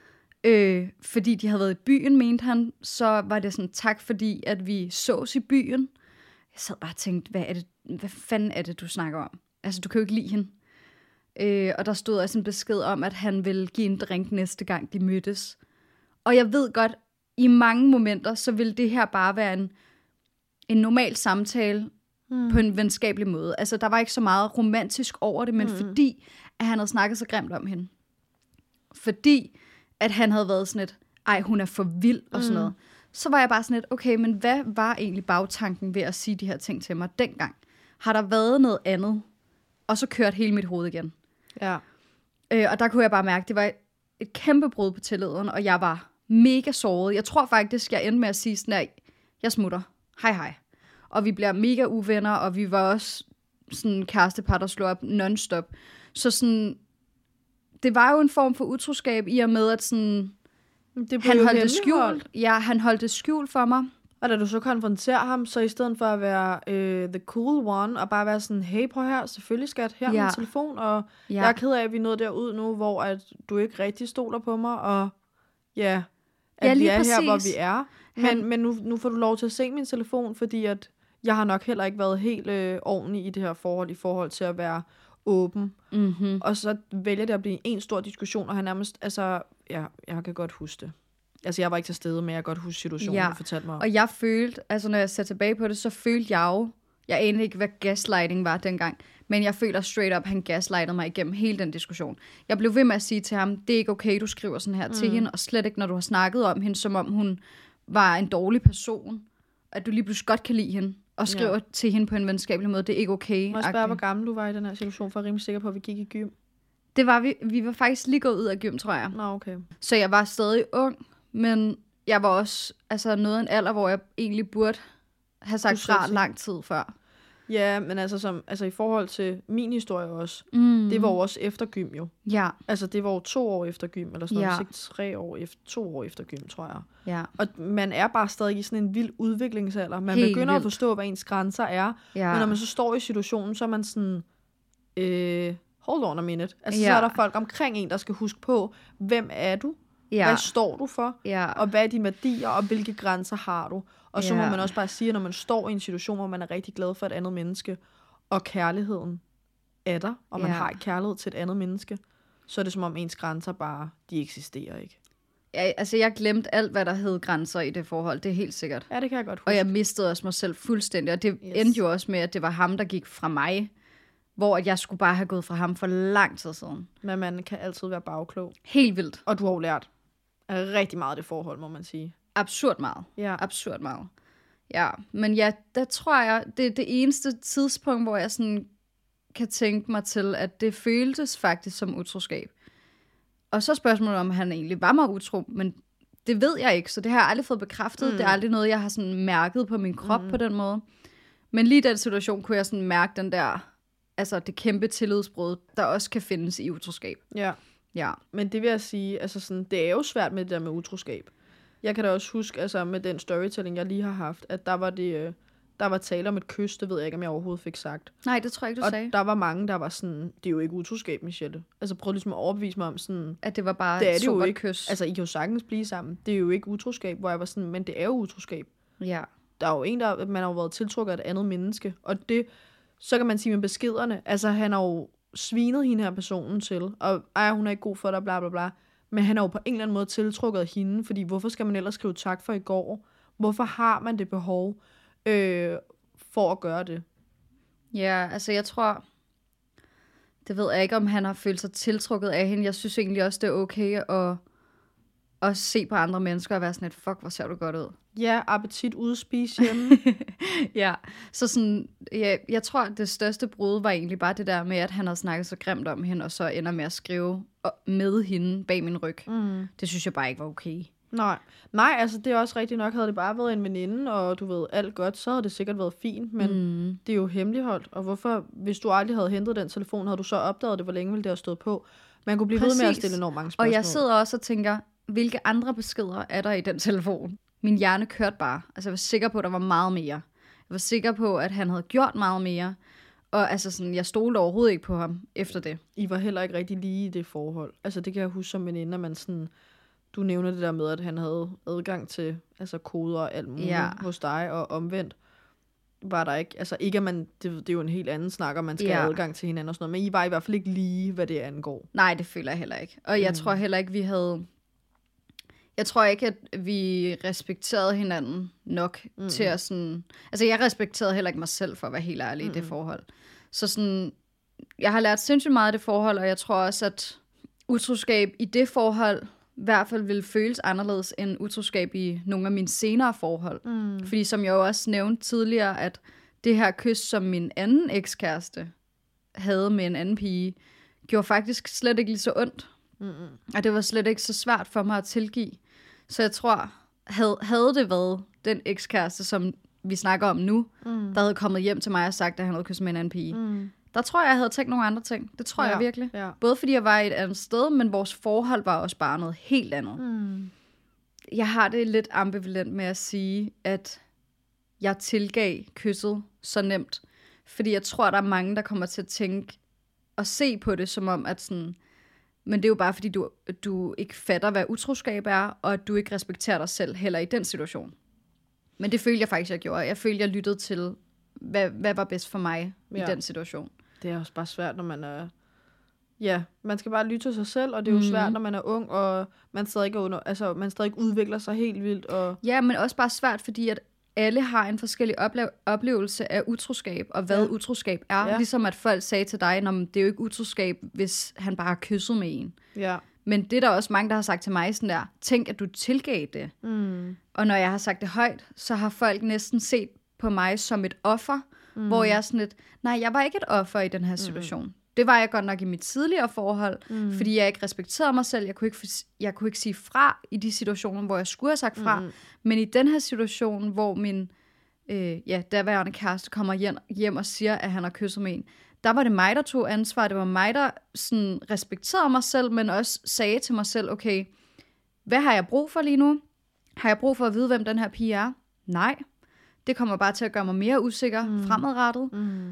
Fordi de havde været i byen, mente han, så var det sådan tak fordi, at vi sås i byen. Jeg sad bare og tænkte, hvad fanden er det, du snakker om? Altså, du kan jo ikke lide hende. Og der stod også en besked om, at han ville give en drink næste gang, de mødtes. Og jeg ved godt, i mange momenter, så ville det her bare være en normal samtale på en venskabelig måde. Altså, der var ikke så meget romantisk over det, men fordi, at han havde snakket så grimt om hende. Fordi, at han havde været sådan et, ej, hun er for vild og sådan noget. Så var jeg bare sådan et, okay, men hvad var egentlig bagtanken ved at sige de her ting til mig dengang? Har der været noget andet? Og så kørte hele mit hoved igen. Ja. Og der kunne jeg bare mærke, det var et kæmpe brud på tilliden, og jeg var mega såret. Jeg tror faktisk, jeg endte med at sige sådan, at jeg smutter. Hej hej. Og vi bliver mega uvenner, og vi var også sådan kærestepar, der slog op non-stop. Så sådan, det var jo en form for utroskab i og med, at sådan, han holdt det skjult. Ja, han holdt det skjult for mig. Og da du så konfronterer ham, så i stedet for at være the cool one, og bare være sådan, hey, prøv her, selvfølgelig skat, her med telefon, og jeg er ked af, at vi er nået derud nu, hvor at du ikke rigtig stoler på mig, og at vi er præcis her, hvor vi er. Men nu får du lov til at se min telefon, fordi at jeg har nok heller ikke været helt ordentlig i det her forhold, i forhold til at være åben. Og så vælger det at blive en stor diskussion, og han nærmest, altså, jeg kan godt huske det. Altså, jeg var ikke til stede, men jeg kan godt huske situationen, du fortalte mig om. Og jeg følte, altså når jeg ser tilbage på det, så følte jeg jo, jeg anede ikke, hvad gaslighting var dengang, men jeg føler straight up, han gaslightede mig igennem hele den diskussion. Jeg blev ved med at sige til ham, det er ikke okay, du skriver sådan her til hende, og slet ikke, når du har snakket om hende, som om hun var en dårlig person, at du lige pludselig godt kan lide hende, og skriver til hende på en venskabelig måde, det er ikke okay. Må jeg spørge, hvor gammel du var i den her situation, for at være rimelig sikker på, at vi gik i gym? Det var vi var faktisk lige gået ud af gym, tror jeg. Nå, okay. Så jeg var stadig ung, men jeg var også nået en alder, hvor jeg egentlig burde have sagt fra lang tid før. Ja, men altså i forhold til min historie også, det var jo også efter gym jo. Ja. Altså det var jo 2 år efter gym, eller sådan noget, ikke 3 år efter, 2 år efter gym, tror jeg. Ja. Og man er bare stadig i sådan en vild udviklingsalder. Man helt begynder at forstå, hvad ens grænser er. Ja. Men når man så står i situationen, så er man sådan, hold on a minute. Altså så er der folk omkring en, der skal huske på, hvem er du? Ja. Hvad står du for? Ja. Og hvad er dine værdier, og hvilke grænser har du? Og så må man også bare sige, at når man står i en situation, hvor man er rigtig glad for et andet menneske, og kærligheden er der, og man har kærlighed til et andet menneske, så er det som om ens grænser bare, de eksisterer ikke. Ja, altså jeg glemte alt, hvad der hed grænser i det forhold, det er helt sikkert. Ja, det kan jeg godt huske. Og jeg mistede også mig selv fuldstændig, og det endte jo også med, at det var ham, der gik fra mig, hvor jeg skulle bare have gået fra ham for lang tid siden. Men man kan altid være bagklog. Helt vildt. Og du har jo lært rigtig meget af det forhold, må man sige. Absurd meget. Ja. Absurd meget. Ja, men ja, der tror jeg, det er det eneste tidspunkt, hvor jeg sådan kan tænke mig til, at det føltes faktisk som utroskab. Og så spørgsmålet om han egentlig var mig utro, men det ved jeg ikke, så det har jeg aldrig fået bekræftet. Det er aldrig noget, jeg har sådan mærket på min krop på den måde. Men lige i den situation kunne jeg sådan mærke den der, altså det kæmpe tillidsbrud, der også kan findes i utroskab. Ja. Men det vil jeg sige, altså sådan, det er jo svært med det der med utroskab. Jeg kan da også huske, altså med den storytelling, jeg lige har haft, at der var tale om et kys, det ved jeg ikke, om jeg overhovedet fik sagt. Nej, det tror jeg ikke, du sagde. Og der var mange, der var sådan, det er jo ikke utroskab, Michelle. Altså prøv ligesom at overbevise mig om sådan... At det var bare et super kys. Altså, I kan jo sagtens blive sammen. Det er jo ikke utroskab, hvor jeg var sådan, men det er jo utroskab. Ja. Der er jo en, man har jo været tiltrukket af et andet menneske. Og det, så kan man sige med beskederne, altså han har jo svinet hende her personen til, og hun er ikke god for dig, bla bla bla. Men han er jo på en eller anden måde tiltrukket af hende, fordi hvorfor skal man ellers skrive tak for i går? Hvorfor har man det behov for at gøre det? Ja, altså jeg tror, det ved jeg ikke, om han har følt sig tiltrukket af hende. Jeg synes egentlig også, det er okay at se på andre mennesker og være sådan et, fuck, hvor ser du godt ud. Ja, appetit udspise hjemme. Ja, så sådan, jeg tror, det største brud var egentlig bare det der med, at han havde snakket så grimt om hende, og så ender med at skrive med hende bag min ryg. Det synes jeg bare ikke var okay. Nej, altså det er også rigtigt nok, havde det bare været en veninde, og du ved, alt godt, så havde det sikkert været fint, men det er jo hemmeligholdt, og hvorfor, hvis du aldrig havde hentet den telefon, havde du så opdaget det, hvor længe ville det have stået på? Man kunne blive ved med at stille enormt mange spørgsmål. Og jeg sidder også og tænker, hvilke andre beskeder er der i den telefon? Min hjerne kørte bare. Altså jeg var sikker på, at der var meget mere. Jeg var sikker på, at han havde gjort meget mere, og altså sådan, jeg stolede overhovedet ikke på ham efter det. I var heller ikke rigtig lige i det forhold. Altså det kan jeg huske som veninde, at man sådan... Du nævner det der med, at han havde adgang til altså koder og alt muligt hos dig, og omvendt var der ikke, altså ikke at man, det er jo en helt anden snak, om man skal have adgang til hinanden og sådan noget, men I var i hvert fald ikke lige, hvad det angår. Nej, det føler jeg heller ikke. Og jeg tror heller ikke, jeg tror ikke, at vi respekterede hinanden nok til at sådan, altså jeg respekterede heller ikke mig selv, for at være helt ærlig i det forhold. Så sådan, jeg har lært sindssygt meget af det forhold, og jeg tror også, at utroskab i det forhold i hvert fald ville føles anderledes end utroskab i nogle af mine senere forhold. Fordi som jeg jo også nævnte tidligere, at det her kys, som min anden ekskæreste havde med en anden pige, gjorde faktisk slet ikke lige så ondt. Og det var slet ikke så svært for mig at tilgive. Så jeg tror, havde det været den ekskæreste, som vi snakker om nu, der havde kommet hjem til mig og sagt, at han havde kysset med en anden pige, der tror jeg havde tænkt nogle andre ting. Det tror jeg virkelig. Ja. Både fordi jeg var i et andet sted, men vores forhold var også bare noget helt andet. Jeg har det lidt ambivalent med at sige, at jeg tilgav kysset så nemt. Fordi jeg tror, der er mange, der kommer til at tænke og se på det som om, at sådan... Men det er jo bare, fordi du ikke fatter, hvad utroskab er, og at du ikke respekterer dig selv heller i den situation. Men det følte jeg faktisk, jeg gjorde. Jeg følte, jeg lyttede til, hvad var bedst for mig i den situation. Det er også bare svært, når man er... Ja, man skal bare lytte til sig selv, og det er jo svært, når man er ung, og man stadig man stadig udvikler sig helt vildt. Og... Ja, men også bare svært, fordi at alle har en forskellig oplevelse af utroskab, og hvad utroskab er. Ja. Ligesom at folk sagde til dig, det er jo ikke utroskab, hvis han bare har kysset med en. Ja. Men det er der også mange, der har sagt til mig sådan der, tænk, at du tilgav det. Og når jeg har sagt det højt, så har folk næsten set på mig som et offer, hvor jeg er sådan lidt, nej, jeg var ikke et offer i den her situation. Det var jeg godt nok i mit tidligere forhold, fordi jeg ikke respekterede mig selv. Jeg kunne ikke sige fra i de situationer, hvor jeg skulle have sagt fra. Men i den her situation, hvor min daværende kæreste kommer hjem og siger, at han har kysset med en, der var det mig, der tog ansvar. Det var mig, der sådan respekterede mig selv, men også sagde til mig selv, okay, hvad har jeg brug for lige nu? Har jeg brug for at vide, hvem den her pige er? Nej. Det kommer bare til at gøre mig mere usikker fremadrettet.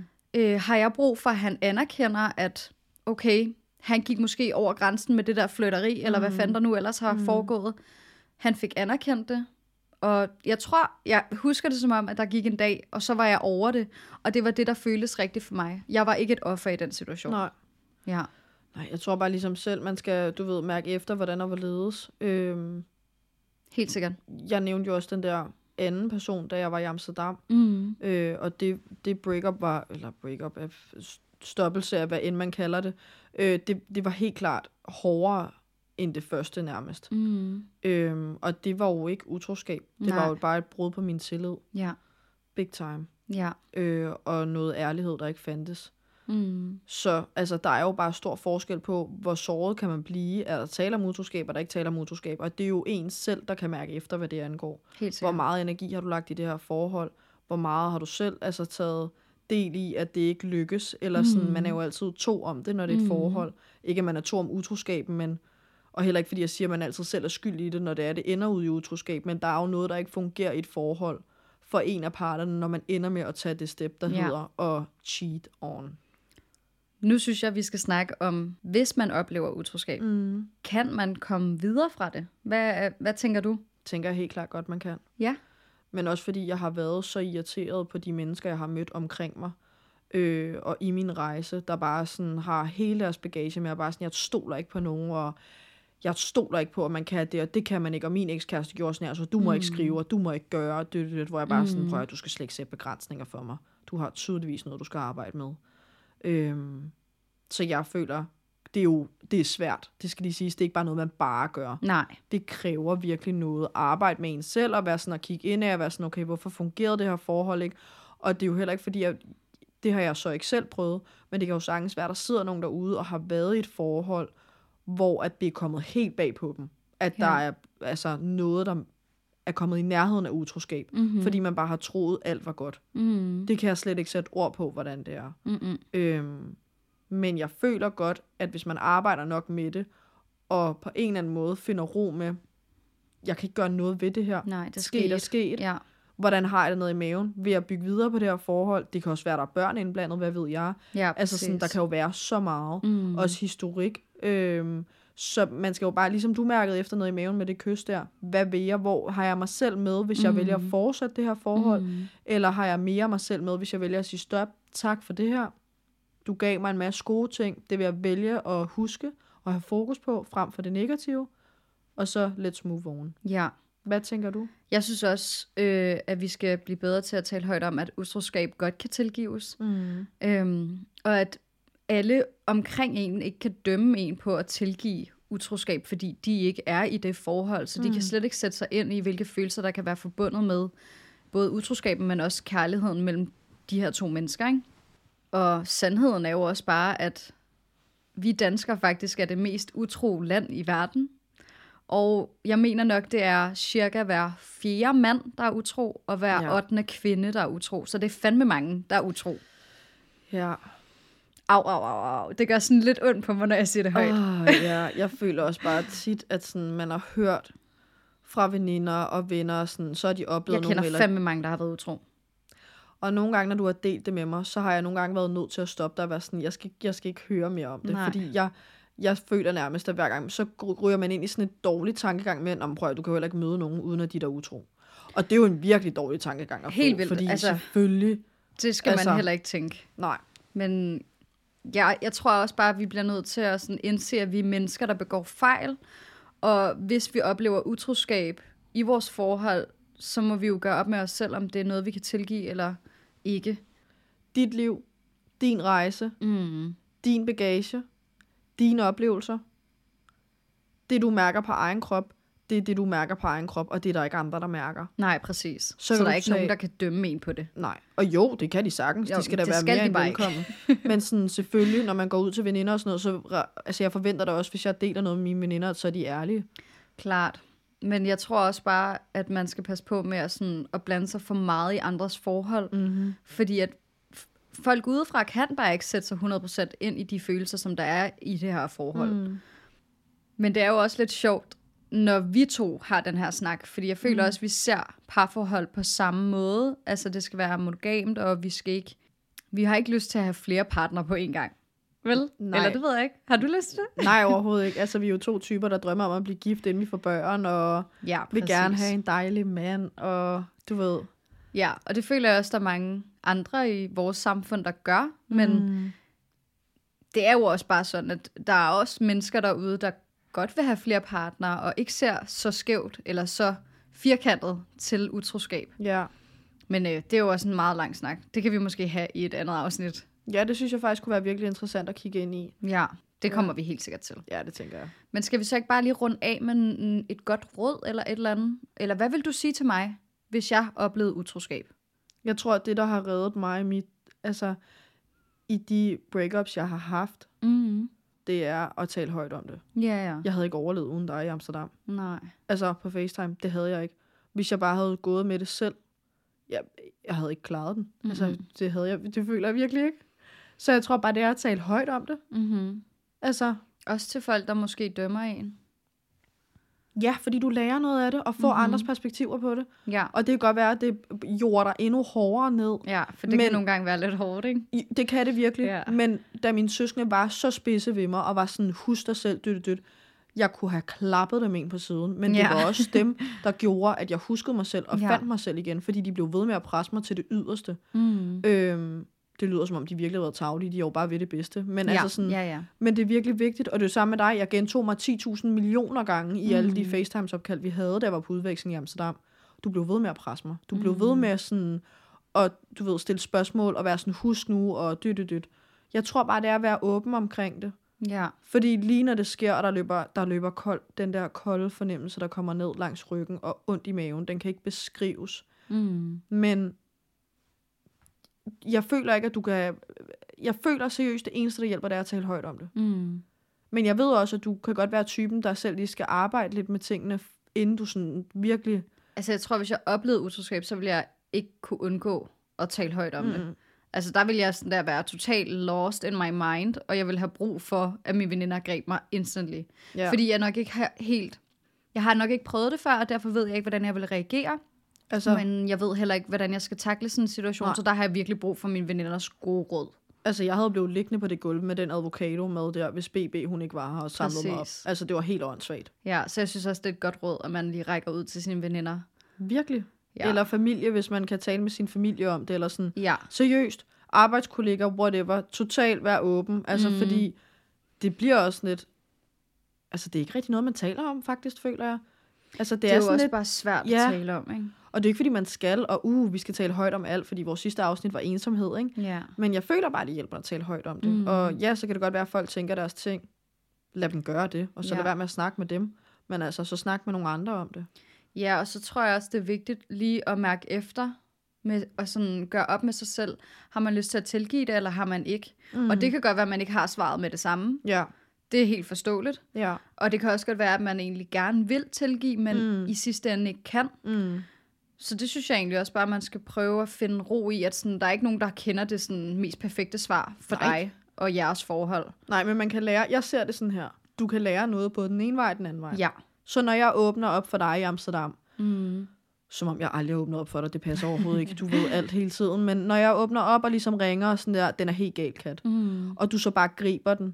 Har jeg brug for, at han anerkender, at okay, han gik måske over grænsen med det der flirteri, eller hvad fanden der nu ellers har foregået. Han fik anerkendt det, og jeg husker det som om, at der gik en dag, og så var jeg over det, og det var det, der føltes rigtigt for mig. Jeg var ikke et offer i den situation. Nej. Ja. Nej, jeg tror bare ligesom selv, man skal, mærke efter, hvordan og hvorledes. Helt sikkert. Jeg nævnte jo også den der anden person, da jeg var i Amsterdam. Og det breakup af stoppelse af, hvad end man kalder det, det var helt klart hårdere end det første nærmest. Og det var jo ikke utroskab. Det var jo bare et brud på min tillid. Ja. Big time. Ja. Og noget ærlighed, der ikke fandtes. Så altså, der er jo bare stor forskel på, hvor såret kan man blive, er der tale om utroskab, og der ikke tale om utroskab. Og det er jo ens selv, der kan mærke efter, hvad det angår. Hvor meget energi har du lagt i det her forhold? Hvor meget har du selv altså taget del i, at det ikke lykkes? Eller sådan, man er jo altid to om det, når det er et forhold. Ikke at man er to om utroskaben, men og heller ikke fordi jeg siger, at man altid selv er skyld i det, når det ender ud i utroskab. Men der er jo noget, der ikke fungerer i et forhold for en af parterne, når man ender med at tage det step, der hedder at cheat on. Nu synes jeg, vi skal snakke om, hvis man oplever utroskab, kan man komme videre fra det? Hvad tænker du? Tænker helt klart godt, man kan. Ja. Men også fordi jeg har været så irriteret på de mennesker, jeg har mødt omkring mig. Og i min rejse, der bare sådan har hele deres bagage med, og bare sådan, jeg stoler ikke på nogen, og jeg stoler ikke på, at man kan det, og det kan man ikke, og min ekskæreste gjorde sådan her, så du må ikke skrive, og du må ikke gøre, hvor jeg bare sådan, prøver, at du skal slet ikke sætte begrænsninger for mig. Du har tydeligvis noget, du skal arbejde med. Så jeg føler, det er svært. Det skal lige siges, det er ikke bare noget, man bare gør. Nej. Det kræver virkelig noget arbejde med en selv, og være sådan at kigge ind af, og være sådan, okay, hvorfor fungerede det her forhold ikke? Og det er jo heller ikke, fordi det har jeg så ikke selv prøvet, men det kan jo sagtens være, der sidder nogen derude, og har været i et forhold, hvor at det er kommet helt bag på dem. At der er altså noget, der er kommet i nærheden af utroskab, fordi man bare har troet, alt var godt. Det kan jeg slet ikke sætte ord på, hvordan det er. Men jeg føler godt, at hvis man arbejder nok med det, og på en eller anden måde finder ro med, jeg kan ikke gøre noget ved det her. Nej, det er sket. Ja. Hvordan har jeg det nede i maven? Ved at bygge videre på det her forhold? Det kan også være, der er børn indblandet, hvad ved jeg? Ja, altså sådan, der kan jo være så meget. Også historik. Så man skal jo bare, ligesom du mærkede efter noget i maven med det kys der, hvad vil jeg? Hvor har jeg mig selv med, hvis jeg vælger at fortsætte det her forhold? Eller har jeg mere mig selv med, hvis jeg vælger at sige stop, tak for det her? Du gav mig en masse gode ting. Det vil jeg vælge at huske og have fokus på, frem for det negative. Og så let's move on. Ja. Hvad tænker du? Jeg synes også, at vi skal blive bedre til at tale højt om, at utroskab godt kan tilgives. Og at alle omkring en ikke kan dømme en på at tilgive utroskab, fordi de ikke er i det forhold. Så de kan slet ikke sætte sig ind i, hvilke følelser, der kan være forbundet med både utroskaben, men også kærligheden mellem de her to mennesker, ikke? Og sandheden er jo også bare, at vi danskere faktisk er det mest utro land i verden. Og jeg mener nok, det er cirka hver 4. mand, der er utro, og hver 8. kvinde, der er utro. Så det er fandme mange, der er utro. Ja. Au. Det gør sådan lidt ondt på mig, når jeg siger det højt. Ja, jeg føler også bare tit, at sådan, man har hørt fra veninder og venner, sådan, så har de oplevet nogle... Jeg kender fandme mange, der har været utro. Og nogle gange, når du har delt det med mig, så har jeg nogle gange været nødt til at stoppe dig og være sådan, jeg skal ikke høre mere om det. Nej. Fordi jeg føler nærmest, at hver gang, så ryger man ind i sådan et dårligt tankegang med, prøv at du kan jo heller ikke møde nogen, uden at de der er utro. Og det er jo en virkelig dårlig tankegang at få. Helt vildt. Fordi altså, selvfølgelig... Det skal man heller ikke tænke. Nej. Men jeg tror også bare, at vi bliver nødt til at sådan indse, at vi er mennesker, der begår fejl. Og hvis vi oplever utroskab i vores forhold, så må vi jo gøre op med os selv, om det er noget, vi kan tilgive eller ikke. Dit liv, din rejse, din bagage, dine oplevelser, det du mærker på egen krop, det er det, du mærker på egen krop, og det er der ikke andre, der mærker. Nej, præcis. Så der er ikke nogen, der kan dømme en på det. Nej, og jo, det kan de sagtens. Jo, de skal da være mere end velkommen. Men sådan, selvfølgelig, når man går ud til veninder og sådan noget, så altså, jeg forventer da også, hvis jeg deler noget med mine veninder, så er de ærlige. Klart. Men jeg tror også bare, at man skal passe på med at blande sig for meget i andres forhold. Fordi at folk udefra kan bare ikke sætte sig 100% ind i de følelser, som der er i det her forhold. Men det er jo også lidt sjovt, når vi to har den her snak. Fordi jeg føler også, at vi ser parforhold på samme måde. Altså det skal være monogamt, og vi har ikke lyst til at have flere partnere på en gang. Vel? Nej. Eller det ved jeg ikke. Har du lyst til det? Nej, overhovedet ikke. Altså, vi er jo 2 typer, der drømmer om at blive gift, inden vi får børn, og vil gerne have en dejlig mand, og du ved. Ja, og det føler jeg også, der er mange andre i vores samfund, der gør, men det er jo også bare sådan, at der er også mennesker derude, der godt vil have flere partnere, og ikke ser så skævt, eller så firkantet til utroskab. Ja. Men det er jo også en meget lang snak. Det kan vi måske have i et andet afsnit. Ja, det synes jeg faktisk kunne være virkelig interessant at kigge ind i. Ja, det kommer vi helt sikkert til. Ja, det tænker jeg. Men skal vi så ikke bare lige runde af med et godt råd eller et eller andet? Eller hvad vil du sige til mig, hvis jeg oplevede utroskab? Jeg tror, at det, der har reddet mig i de breakups, jeg har haft, det er at tale højt om det. Ja. Jeg havde ikke overlevet uden dig i Amsterdam. Nej. Altså på FaceTime, det havde jeg ikke. Hvis jeg bare havde gået med det selv, jeg havde ikke klaret den. Altså, det føler jeg virkelig ikke. Så jeg tror bare, det er at tale højt om det. Altså. Også til folk, der måske dømmer en. Ja, fordi du lærer noget af det, og får andres perspektiver på det. Ja. Og det kan godt være, at det jorder dig endnu hårdere ned. Ja, for det kan nogle gange være lidt hårdt, ikke? Det kan det virkelig. Ja. Men da mine søskende var så spidse ved mig, og var sådan, husk dig selv, jeg kunne have klappet dem ind på siden. Men det var også dem, der gjorde, at jeg huskede mig selv, og fandt mig selv igen, fordi de blev ved med at presse mig til det yderste. Det lyder som om, de virkelig har været tarvelige. De er jo bare ved det bedste. Men, altså sådan, men det er virkelig vigtigt. Og det er jo samme med dig. Jeg gentog mig 10.000 millioner gange i alle de FaceTime-opkald, vi havde, da jeg var på udveksling i Amsterdam. Du blev ved med at presse mig. Du blev ved med sådan, og du ved, stille spørgsmål og være sådan, husk nu, og dyt. Jeg tror bare, det er at være åben omkring det. Ja. Fordi lige når det sker, og der løber kold, den der kolde fornemmelse, der kommer ned langs ryggen og ondt i maven, den kan ikke beskrives. Men jeg føler ikke, at du kan. Jeg føler seriøst, det eneste, der hjælper, det er at tale højt om det. Men jeg ved også, at du kan godt være typen, der selv lige skal arbejde lidt med tingene, inden du sådan virkelig. Altså, jeg tror, hvis jeg oplevede utroskab, så ville jeg ikke kunne undgå at tale højt om det. Altså, der ville jeg sådan der være totalt lost in my mind, og jeg ville have brug for, at mine veninder greb mig instantly. Yeah. Fordi jeg nok ikke har jeg har nok ikke prøvet det før, og derfor ved jeg ikke, hvordan jeg vil reagere. Altså, men jeg ved heller ikke, hvordan jeg skal takle sådan en situation, så der har jeg virkelig brug for mine veninders gode råd. Altså, jeg havde blevet liggende på det gulv med den avocado med der, hvis BB hun ikke var her og samlede mig op. Altså, det var helt åndssvagt. Ja, så jeg synes også, det er et godt råd, at man lige rækker ud til sine veninder. Virkelig. Ja. Eller familie, hvis man kan tale med sin familie om det, eller sådan. Ja. Seriøst. Arbejdskolleger, whatever. Totalt være åben. Altså, fordi det bliver også lidt. Altså, det er ikke rigtig noget, man taler om, faktisk, føler jeg. Altså, det er jo sådan også lidt bare svært at tale om, ikke? Og det er ikke, fordi man skal, og vi skal tale højt om alt, fordi vores sidste afsnit var ensomhed, ikke? Ja. Men jeg føler bare, det hjælper at tale højt om det. Og ja, så kan det godt være, at folk tænker deres ting. Lad dem gøre det, og så lad være med at snakke med dem. Men altså, så snak med nogle andre om det. Ja, og så tror jeg også, det er vigtigt lige at mærke efter, med, og sådan gøre op med sig selv. Har man lyst til at tilgive det, eller har man ikke? Og det kan godt være, at man ikke har svaret med det samme. Ja. Det er helt forståeligt. Ja. Og det kan også godt være, at man egentlig gerne vil tilgive, men i sidste ende ikke kan. Så det synes jeg egentlig også bare, at man skal prøve at finde ro i, at sådan, der er ikke nogen, der kender det sådan, mest perfekte svar for dig og jeres forhold. Nej, men man kan lære, jeg ser det sådan her, du kan lære noget både den ene vej og den anden vej. Ja. Så når jeg åbner op for dig i Amsterdam, som om jeg aldrig har åbnet op for dig, det passer overhovedet ikke, du ved alt hele tiden, men når jeg åbner op og ligesom ringer og sådan der, den er helt galt, Kat, og du så bare griber den,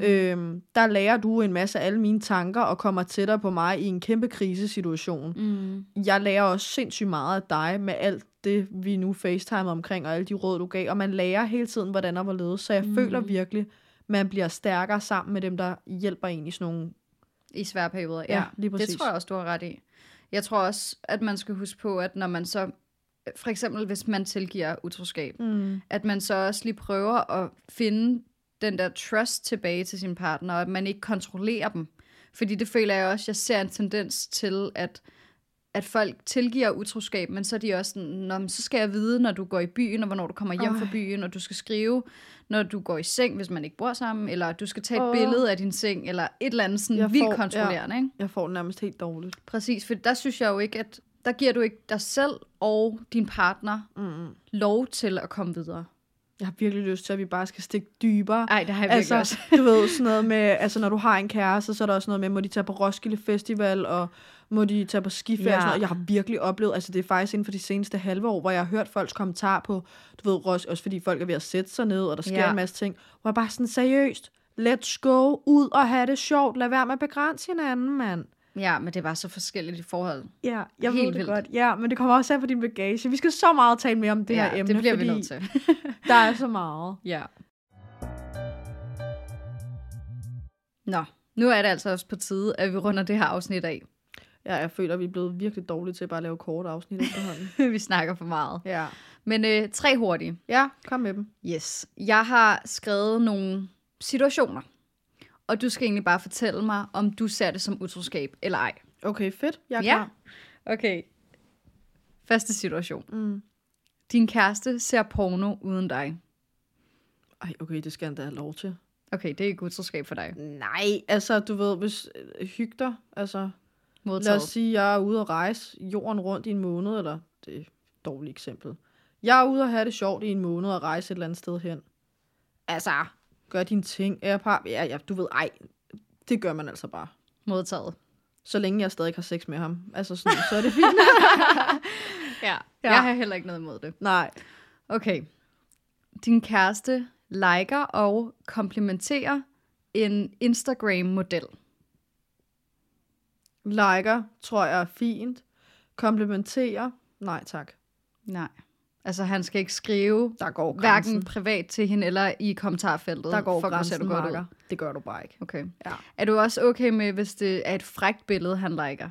der lærer du en masse af alle mine tanker og kommer tættere på mig i en kæmpe krisesituation. Jeg lærer også sindssygt meget af dig med alt det, vi nu facetimer omkring, og alle de råd, du gav, og man lærer hele tiden, hvordan og hvorledes, så jeg føler virkelig, man bliver stærkere sammen med dem, der hjælper en i sådan nogle i svære perioder, ja. Lige præcis. Det tror jeg også, du har ret i. Jeg tror også, at man skal huske på, at når man så, for eksempel hvis man tilgiver utroskab, at man så også lige prøver at finde den der trust tilbage til sin partner, og at man ikke kontrollerer dem. Fordi det føler jeg også, jeg ser en tendens til, at folk tilgiver utroskab, men så er de også sådan, så skal jeg vide, når du går i byen, og hvornår du kommer hjem fra byen, og du skal skrive, når du går i seng, hvis man ikke bor sammen, eller du skal tage et billede af din seng, eller et eller andet sådan vildt kontrollerende. Ikke? Jeg får det nærmest helt dårligt. Præcis, for der synes jeg jo ikke, at der giver du ikke dig selv og din partner lov til at komme videre. Jeg har virkelig lyst til, at vi bare skal stikke dybere. Nej, det har jeg virkelig også. Du ved, sådan noget med, altså når du har en kæreste, så er der også noget med, må de tage på Roskilde Festival, og må de tage på skiferie og sådan noget. Jeg har virkelig oplevet, altså det er faktisk inden for de seneste halve år, hvor jeg har hørt folks kommentar på, du ved, også fordi folk er ved at sætte sig ned, og der sker en masse ting, hvor jeg bare sådan, seriøst, let's go, ud og have det sjovt, lad være med at begrænse hinanden, mand. Ja, men det var så forskelligt i forhold. Ja, jeg ved det godt. Ja, men det kommer også af på din bagage. Vi skal så meget tale mere om det her emne, det bliver vi nødt til. Der er så meget. Ja. Nå, nu er det altså også på tide, at vi runder det her afsnit af. Ja, jeg føler, at vi er blevet virkelig dårlige til at bare lave korte afsnit efterhånden. Vi snakker for meget. Ja. Men 3 hurtige. Ja, kom med dem. Yes. Jeg har skrevet nogle situationer. Og du skal egentlig bare fortælle mig, om du ser det som utroskab eller ej. Okay, fedt. Jeg er klar. Okay. Første situation. Din kæreste ser porno uden dig. Ej, okay, det skal han da have lov til. Okay, det er gudserskab for dig. Nej, altså, du ved, hvis hygge dig, altså... Modtaget. Lad os sige, at jeg er ude at rejse jorden rundt i en måned, eller det er et dårligt eksempel. Jeg er ude at have det sjovt i en måned og rejse et eller andet sted hen. Altså, gør dine ting. Ja, du ved, det gør man altså bare. Modtaget. Så længe jeg stadig har sex med ham. Altså sådan, så er det fint. Ja, jeg har heller ikke noget imod det. Nej. Okay. Din kæreste liker og komplimenterer en Instagram-model. Liker, tror jeg er fint. Komplimenterer, nej tak. Nej. Altså, han skal ikke skrive Der går hverken privat til hende eller i kommentarfeltet. Der går for grænsen, du godt Marker. Det gør du bare ikke. Okay. Ja. Er du også okay med, hvis det er et frækt billede, han liker?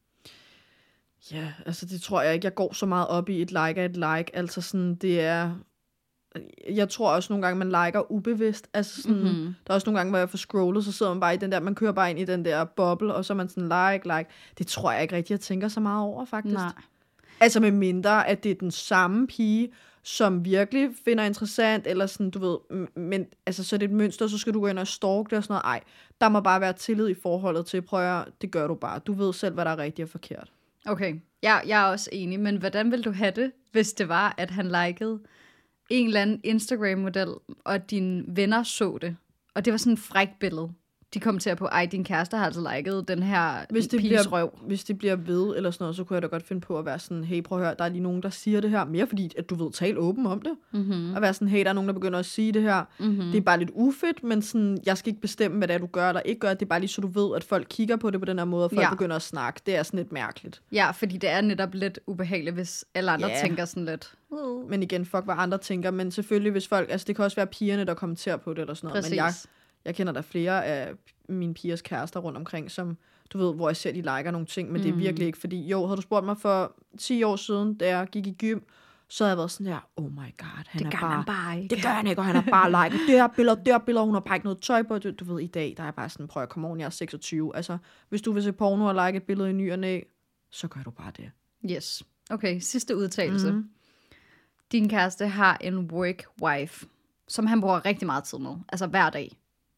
Ja, altså det tror jeg ikke. Jeg går så meget op i et like. Altså sådan, det er... Jeg tror også nogle gange, man liker ubevidst. Altså sådan, der er også nogle gange, hvor jeg får scrollet, så sidder man bare i den der, man kører bare ind i den der boble, og så er man sådan like. Det tror jeg ikke rigtig, jeg tænker så meget over, faktisk. Nej. Altså med mindre, at det er den samme pige, som virkelig finder interessant, eller sådan, du ved, men altså, så er det et mønster, så skal du gå ind og stalke det og sådan noget. Ej, der må bare være tillid i forholdet til, prøv at, det gør du bare. Du ved selv, hvad der er rigtigt og forkert. Okay, jeg er også enig, men hvordan ville du have det, hvis det var, at han likede en eller anden Instagram-model, og dine venner så det, og det var sådan et frækt billede? De kommenterer på, din kæreste har altså liket den her piges røv. Hvis det bliver ved, eller sådan noget, så kunne jeg da godt finde på at være sådan, hey, prøv at høre, der er lige nogen, der siger det her, mere fordi, at du ved, tale åben om det. Og være sådan, hey, der er nogen, der begynder at sige det her. Det er bare lidt ufedt, men sådan, jeg skal ikke bestemme, hvad det er, du gør eller ikke gør. Det er bare lige så, du ved, at folk kigger på det på den her måde, og folk begynder at snakke. Det er sådan lidt mærkeligt. Ja, fordi det er netop lidt ubehageligt, hvis alle andre tænker sådan lidt. Men igen, fuck, hvad andre tænker. Men selvfølgelig, hvis folk, altså det kan også være pigerne, der kommenterer på det, eller sådan noget. Præcis. Men jeg kender der flere af mine pigers kærester rundt omkring, som, du ved, hvor jeg ser, de liker nogle ting, men det er virkelig ikke, fordi, jo, havde du spurgt mig for 10 år siden, da jeg gik i gym, så havde jeg været sådan der, oh my god, det gør han ikke, og han er bare liket, det her billede, hun har bare ikke noget tøj på, du ved, i dag, der er bare sådan, prøv at komme on, jeg er 26, altså, hvis du vil se porno og like et billede i ny og næ, så gør du bare det. Yes. Okay, sidste udtalelse. Din kæreste har en work wife, som han bruger rigtig meget tid med, altså hver dag.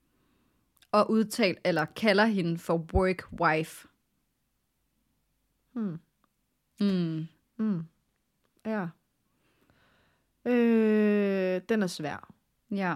Og kalder hende for work wife. Ja. Den er svær. Ja.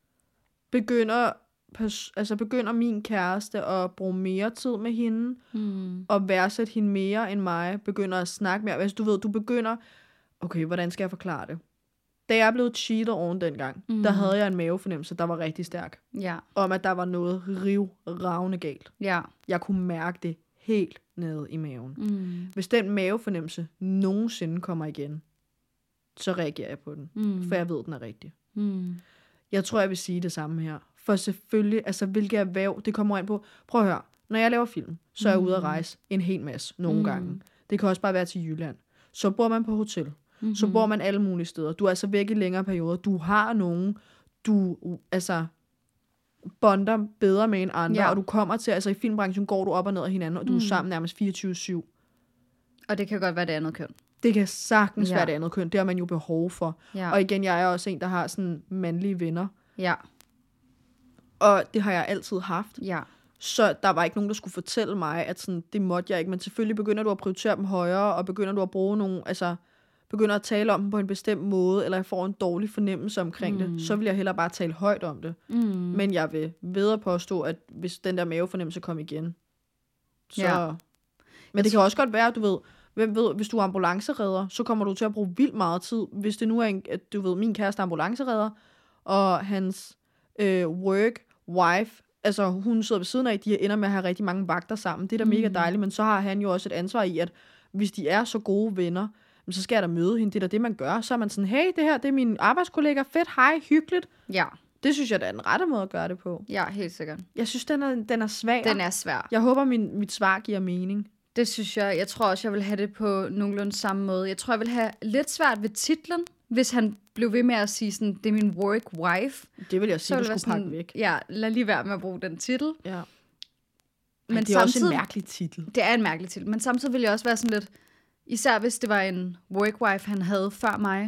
Begynder min kæreste at bruge mere tid med hende, og værdsætte hende mere end mig, begynder at snakke mere. Altså, du ved, du begynder... Okay, hvordan skal jeg forklare det? Da jeg blev cheated on dengang, der havde jeg en mavefornemmelse, der var rigtig stærk. Ja. Om, at der var noget rivravne galt. Ja. Jeg kunne mærke det helt nede i maven. Hvis den mavefornemmelse nogensinde kommer igen, så reagerer jeg på den. For jeg ved, den er rigtig. Jeg tror, jeg vil sige det samme her. For selvfølgelig, altså hvilket erhverv, det kommer ind på. Prøv at høre, når jeg laver film, så er jeg ude at rejse en hel masse nogle gange. Det kan også bare være til Jylland. Så bor man på hotel. Så bor man alle mulige steder. Du er altså væk i længere perioder. Du har nogen, du altså bonder bedre med end andre, og du kommer til, altså i filmbranchen går du op og ned af hinanden, og du er sammen nærmest 24/7. Og det kan godt være det andet køn. Det kan sagtens være det andet køn. Det har man jo behov for. Ja. Og igen, jeg er også en, der har sådan mandlige venner. Ja. Og det har jeg altid haft. Ja. Så der var ikke nogen, der skulle fortælle mig, at sådan, det måtte jeg ikke. Men selvfølgelig begynder du at prioritere dem højere, og begynder du at bruge nogle, altså begynder at tale om dem på en bestemt måde, eller jeg får en dårlig fornemmelse omkring det, så vil jeg hellere bare tale højt om det. Men jeg vil ved at påstå, at hvis den der mavefornemmelse kom igen, så... Ja. Men det kan også godt være, du ved, hvem ved, hvis du er ambulanceredder, så kommer du til at bruge vildt meget tid. Hvis det nu er du ved, min kæreste er ambulanceredder, og hans work wife, altså hun sidder ved siden af, de ender med at have rigtig mange vagter sammen. Det er da mega dejligt, men så har han jo også et ansvar i, at hvis de er så gode venner, så skal jeg da møde hende. Det er da det, man gør. Så er man sådan, hey, det her, det er min arbejdskollega. Fedt, hej, hyggeligt. Ja. Det synes jeg, der er den rette måde at gøre det på. Ja, helt sikkert. Jeg synes, den er svær. Den er svær. Jeg håber, mit svar giver mening. Det synes jeg. Jeg tror også, jeg vil have det på nogenlunde samme måde. Jeg tror, jeg vil have lidt svært ved titlen, hvis han blev ved med at sige sådan, det er min work wife. Det vil jeg sige, du skulle pakke væk. Ja, lad lige være med at bruge den titel. Ja. Men det er også en mærkelig titel. Det er en mærkelig titel, men samtidig vil jeg også være sådan lidt, især hvis det var en work wife, han havde før mig,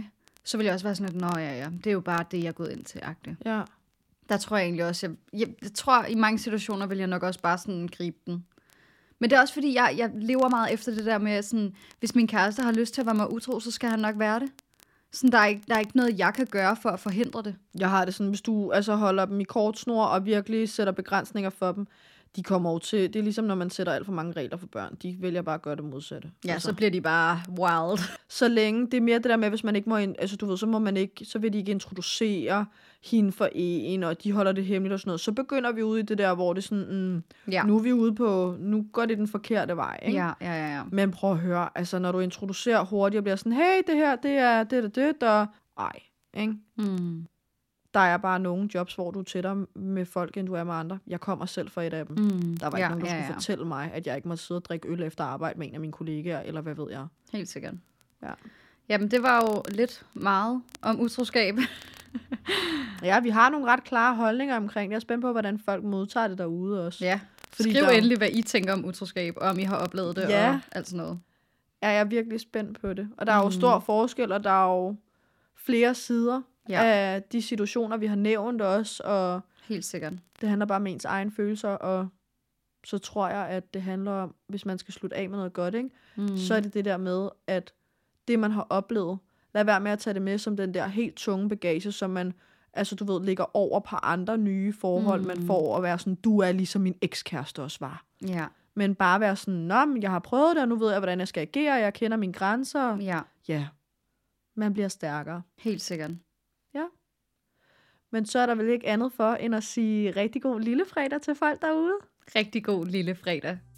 så vil jeg også være sådan, at ja, det er jo bare det, jeg er gået ind til, agtigt. Ja. Der tror jeg egentlig også, jeg tror, i mange situationer vil jeg nok også bare sådan gribe den. Men det er også fordi, jeg lever meget efter det der med, sådan, hvis min kæreste har lyst til at være mig utro, så skal han nok være det. Sådan, der er ikke noget, jeg kan gøre for at forhindre det. Jeg har det sådan, hvis du altså holder dem i kort snor og virkelig sætter begrænsninger for dem, de kommer over til, det er ligesom når man sætter alt for mange regler for børn. De vælger bare at gøre det modsatte. Ja, altså. Så bliver de bare wild. Så længe, det er mere det der med, hvis man ikke må, altså du ved, så må man ikke, så vil de ikke introducere hende for en, og de holder det hemmeligt og sådan noget. Så begynder vi ude i det der, hvor det er sådan, nu er vi ude på, nu går det den forkerte vej, ikke? Ja. Men prøv at høre, altså når du introducerer hurtigt og bliver sådan, hey, det her, det er det, og ikke? Der er bare nogle jobs, hvor du er tættere med folk, end du er med andre. Jeg kommer selv fra et af dem. Der var ikke nogen, der skulle fortælle mig, at jeg ikke måtte sidde og drikke øl efter arbejde med en af mine kollegaer, eller hvad ved jeg. Helt sikkert. Ja. Jamen, det var jo lidt meget om utroskab. Ja, vi har nogle ret klare holdninger omkring det. Jeg er spændt på, hvordan folk modtager det derude også. Ja, skriv endelig, hvad I tænker om utroskab, og om I har oplevet det, og alt sådan noget. Ja, jeg er virkelig spændt på det. Og der er jo stor forskel, og der er jo flere sider af de situationer, vi har nævnt også. Og helt sikkert. Det handler bare om ens egen følelser, og så tror jeg, at det handler om, hvis man skal slutte af med noget godt, ikke? Så er det det der med, at det, man har oplevet, lad være med at tage det med som den der helt tunge bagage, som man, altså du ved, ligger over på andre nye forhold, man får at være sådan, du er ligesom min ekskæreste også var. Ja. Men bare være sådan, men jeg har prøvet det, og nu ved jeg, hvordan jeg skal agere, jeg kender mine grænser. Ja. Man bliver stærkere. Helt sikkert. Ja. Men så er der vel ikke andet for, end at sige rigtig god lille fredag til folk derude. Rigtig god lille fredag.